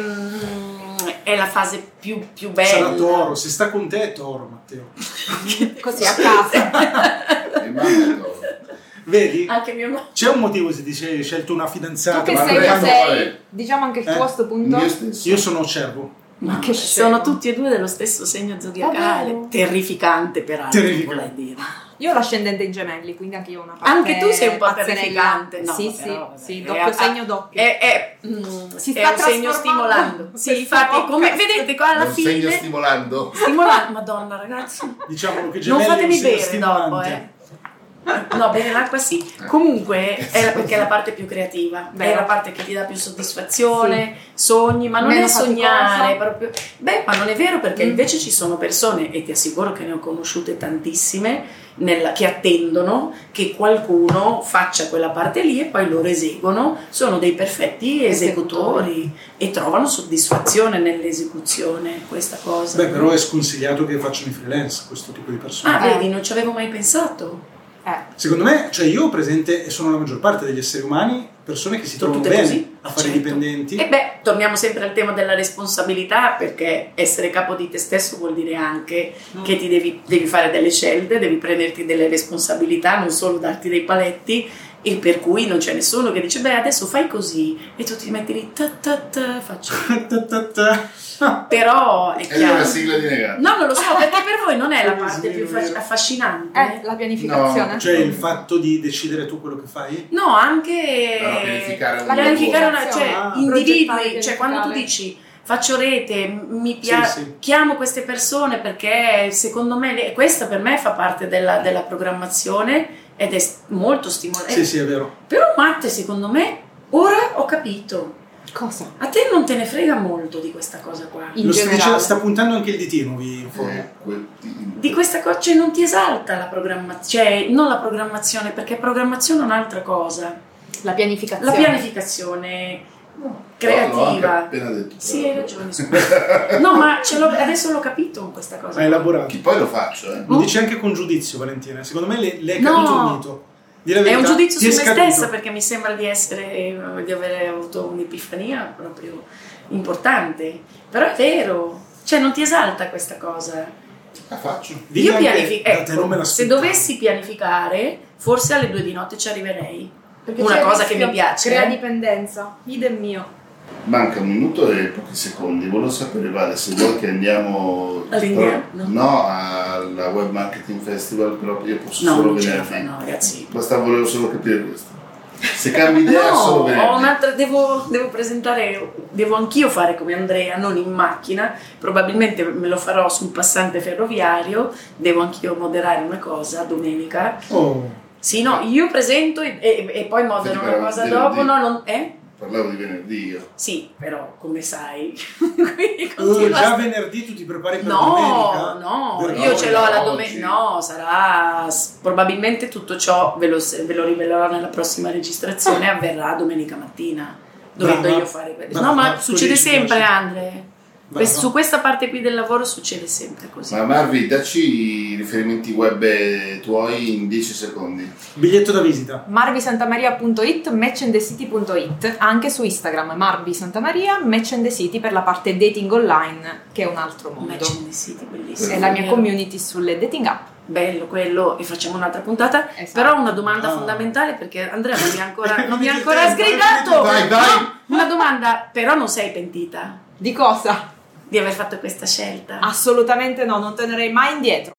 [SPEAKER 2] È la fase più bella.
[SPEAKER 3] Sarà Toro, se sta con te è Toro, Matteo.
[SPEAKER 4] Così a casa.
[SPEAKER 1] E mamma è Toro.
[SPEAKER 3] Vedi?
[SPEAKER 2] Anche mio marito.
[SPEAKER 3] C'è un motivo se ti sei scelto una fidanzata.
[SPEAKER 4] Tu che
[SPEAKER 1] ma
[SPEAKER 4] segno
[SPEAKER 1] tanto
[SPEAKER 4] sei?
[SPEAKER 1] vale.
[SPEAKER 4] Diciamo anche il tuo a sto punto.
[SPEAKER 1] Io stesso.
[SPEAKER 3] Io sono Cervo.
[SPEAKER 2] Ma
[SPEAKER 4] che
[SPEAKER 2] sono
[SPEAKER 4] scemo.
[SPEAKER 2] tutti e due dello stesso segno zodiacale.
[SPEAKER 4] Davvero?
[SPEAKER 2] Terrificante, peraltro.
[SPEAKER 3] Terrificante.
[SPEAKER 2] Vorrei dire.
[SPEAKER 4] Io ho l'ascendente in gemelli, quindi anche io ho una parte.
[SPEAKER 2] Anche tu sei un po'
[SPEAKER 4] pazzerella.
[SPEAKER 2] terrificante. No,
[SPEAKER 4] sì,
[SPEAKER 2] però,
[SPEAKER 4] sì,
[SPEAKER 2] vabbè.
[SPEAKER 4] doppio segno doppio.
[SPEAKER 2] Si
[SPEAKER 4] sta
[SPEAKER 2] è un segno
[SPEAKER 4] trasformando.
[SPEAKER 2] stimolando. Sì,
[SPEAKER 4] Questo
[SPEAKER 2] infatti, come
[SPEAKER 4] podcast.
[SPEAKER 2] vedete qua alla
[SPEAKER 1] È un segno
[SPEAKER 2] fine.
[SPEAKER 1] stimolando.
[SPEAKER 2] Stimolando. Madonna, ragazzi.
[SPEAKER 3] Diciamo che
[SPEAKER 2] Non
[SPEAKER 3] Gemelli
[SPEAKER 2] fatemi
[SPEAKER 3] è un segno
[SPEAKER 2] bere dopo,
[SPEAKER 3] stimolante.
[SPEAKER 2] No, bere l'acqua sì. Comunque perché è la parte più creativa,
[SPEAKER 4] Vero.
[SPEAKER 2] è la parte che ti dà più soddisfazione, sogni, ma non
[SPEAKER 4] Meno
[SPEAKER 2] è sognare,
[SPEAKER 4] faticosa.
[SPEAKER 2] proprio. Beh, ma non è vero, perché invece ci sono persone, e ti assicuro che ne ho conosciute tantissime, che attendono che qualcuno faccia quella parte lì e poi loro eseguono, sono dei perfetti esecutori e trovano soddisfazione nell'esecuzione, questa cosa.
[SPEAKER 3] Beh, però è sconsigliato che facciano i freelance, questo tipo di persone.
[SPEAKER 2] Vedi, non ci avevo mai pensato.
[SPEAKER 3] Secondo me, cioè io ho presente, e sono la maggior parte degli esseri umani, persone che si
[SPEAKER 2] Sono
[SPEAKER 3] trovano
[SPEAKER 2] tutte
[SPEAKER 3] bene
[SPEAKER 2] così?
[SPEAKER 3] a fare
[SPEAKER 2] Certo.
[SPEAKER 3] dipendenti.
[SPEAKER 2] E beh, torniamo sempre al tema della responsabilità, perché essere capo di te stesso vuol dire anche che ti devi fare delle scelte, devi prenderti delle responsabilità, non solo darti dei paletti, e per cui non c'è nessuno che dice beh adesso fai così e tu ti metti lì faccio. Però è
[SPEAKER 1] È
[SPEAKER 2] chiaro.
[SPEAKER 1] la sigla di Negati.
[SPEAKER 2] No, non lo so, perché per voi non è la parte più
[SPEAKER 3] vero.
[SPEAKER 2] affascinante.
[SPEAKER 4] La pianificazione.
[SPEAKER 1] No,
[SPEAKER 3] Cioè il fatto di decidere tu quello che fai?
[SPEAKER 2] No, anche
[SPEAKER 1] No, pianificare un
[SPEAKER 2] pianificare
[SPEAKER 1] lavoro.
[SPEAKER 2] cioè
[SPEAKER 3] Ah.
[SPEAKER 2] individui,
[SPEAKER 4] Progettare,
[SPEAKER 2] cioè quando tu
[SPEAKER 4] pianificare.
[SPEAKER 2] dici faccio rete, mi piace,
[SPEAKER 3] Sì.
[SPEAKER 2] chiamo queste persone perché secondo me questa per me fa parte della programmazione ed è molto stimolante.
[SPEAKER 3] Sì, è vero.
[SPEAKER 2] Però Matte, secondo me, ora ho capito.
[SPEAKER 4] Cosa?
[SPEAKER 2] A te non te ne frega molto di questa cosa qua.
[SPEAKER 4] In
[SPEAKER 3] Lo sta,
[SPEAKER 4] generale.
[SPEAKER 3] sta puntando anche il ditino, vi informo.
[SPEAKER 2] Di questa cosa, cioè non ti esalta la programmazione, cioè non la programmazione, perché programmazione è un'altra cosa.
[SPEAKER 4] La pianificazione.
[SPEAKER 2] La pianificazione
[SPEAKER 1] L'ho anche
[SPEAKER 2] creativa.
[SPEAKER 1] appena detto.
[SPEAKER 2] Sì, hai ragione. scusa. No, ma adesso l'ho capito questa cosa.
[SPEAKER 3] Ha elaborato.
[SPEAKER 1] Chi poi lo faccio,
[SPEAKER 3] Lo dici anche con giudizio, Valentina. Secondo me le è
[SPEAKER 2] No.
[SPEAKER 3] caduto un mito. Di la
[SPEAKER 2] È
[SPEAKER 3] verità,
[SPEAKER 2] un giudizio
[SPEAKER 3] ti
[SPEAKER 2] su
[SPEAKER 3] è
[SPEAKER 2] me
[SPEAKER 3] scaduto.
[SPEAKER 2] stessa, perché mi sembra di avere avuto un'epifania proprio importante. Però è vero, cioè non ti esalta questa cosa.
[SPEAKER 1] La faccio.
[SPEAKER 3] Digli
[SPEAKER 2] Io
[SPEAKER 3] anche,
[SPEAKER 2] pianifico,
[SPEAKER 3] da te non me
[SPEAKER 2] se
[SPEAKER 3] l'aspettavo.
[SPEAKER 2] dovessi pianificare, forse alle 2 di notte ci arriverei.
[SPEAKER 4] Perché
[SPEAKER 2] Una
[SPEAKER 4] c'è il
[SPEAKER 2] cosa che
[SPEAKER 4] rischio,
[SPEAKER 2] mi piace.
[SPEAKER 4] Crea dipendenza. Idem mio.
[SPEAKER 1] Manca un minuto e pochi secondi. Volevo sapere, Vale, se vuoi che andiamo
[SPEAKER 2] All'India?
[SPEAKER 1] no, alla Web Marketing Festival, però io posso
[SPEAKER 2] No,
[SPEAKER 1] solo
[SPEAKER 2] non ce la
[SPEAKER 1] venerdì.
[SPEAKER 2] fai, no, ragazzi.
[SPEAKER 1] Basta, volevo solo capire questo. Se cambi idea
[SPEAKER 2] No,
[SPEAKER 1] solo
[SPEAKER 2] ho
[SPEAKER 1] venerdì.
[SPEAKER 2] un'altra, devo presentare, devo anch'io fare come Andrea, non in macchina, probabilmente me lo farò sul passante ferroviario, devo anch'io moderare una cosa domenica.
[SPEAKER 3] Oh.
[SPEAKER 2] Sì, no, io presento e poi modero
[SPEAKER 1] Senti,
[SPEAKER 2] una
[SPEAKER 1] però,
[SPEAKER 2] cosa
[SPEAKER 1] venerdì.
[SPEAKER 2] dopo, no, non,
[SPEAKER 1] Parlavo di venerdì io.
[SPEAKER 2] Sì, però come sai, quindi continua
[SPEAKER 3] Già
[SPEAKER 2] a-
[SPEAKER 3] venerdì tu ti prepari per
[SPEAKER 2] No,
[SPEAKER 3] domenica?
[SPEAKER 2] no,
[SPEAKER 3] Per
[SPEAKER 2] io ce l'ho alla
[SPEAKER 1] oggi.
[SPEAKER 2] domenica. No, sarà probabilmente tutto ciò ve lo rivelerò nella prossima registrazione. Avverrà domenica mattina, dovendo
[SPEAKER 3] Brava.
[SPEAKER 2] io fare questo.
[SPEAKER 3] Brava,
[SPEAKER 2] No, ma
[SPEAKER 3] così
[SPEAKER 2] succede
[SPEAKER 3] ci
[SPEAKER 2] sempre,
[SPEAKER 3] piace.
[SPEAKER 2] Andre.
[SPEAKER 3] Brava.
[SPEAKER 2] Su questa parte qui del lavoro succede sempre così.
[SPEAKER 1] Ma Marvi, dacci i riferimenti web tuoi in 10 secondi.
[SPEAKER 3] Biglietto da visita.
[SPEAKER 4] marbisantamaria.it, matchandthecity.it, anche su Instagram marbisantamaria, Match and the City per la parte dating online, che è un altro mondo.
[SPEAKER 2] Match in the City, bellissimo.
[SPEAKER 4] È la mia community sulle dating app.
[SPEAKER 2] Bello quello, e facciamo un'altra puntata.
[SPEAKER 4] Esatto.
[SPEAKER 2] Però una domanda
[SPEAKER 3] Ah.
[SPEAKER 2] fondamentale, perché Andrea non mi ha ancora,
[SPEAKER 3] Non
[SPEAKER 2] non mi
[SPEAKER 3] mi
[SPEAKER 2] ha
[SPEAKER 3] dici
[SPEAKER 2] ancora
[SPEAKER 3] tempo,
[SPEAKER 2] sgridato.
[SPEAKER 1] dai, dai.
[SPEAKER 2] No, una domanda, però non sei pentita
[SPEAKER 4] Di cosa?
[SPEAKER 2] di aver fatto questa scelta?
[SPEAKER 4] Assolutamente no, non tornerei mai indietro.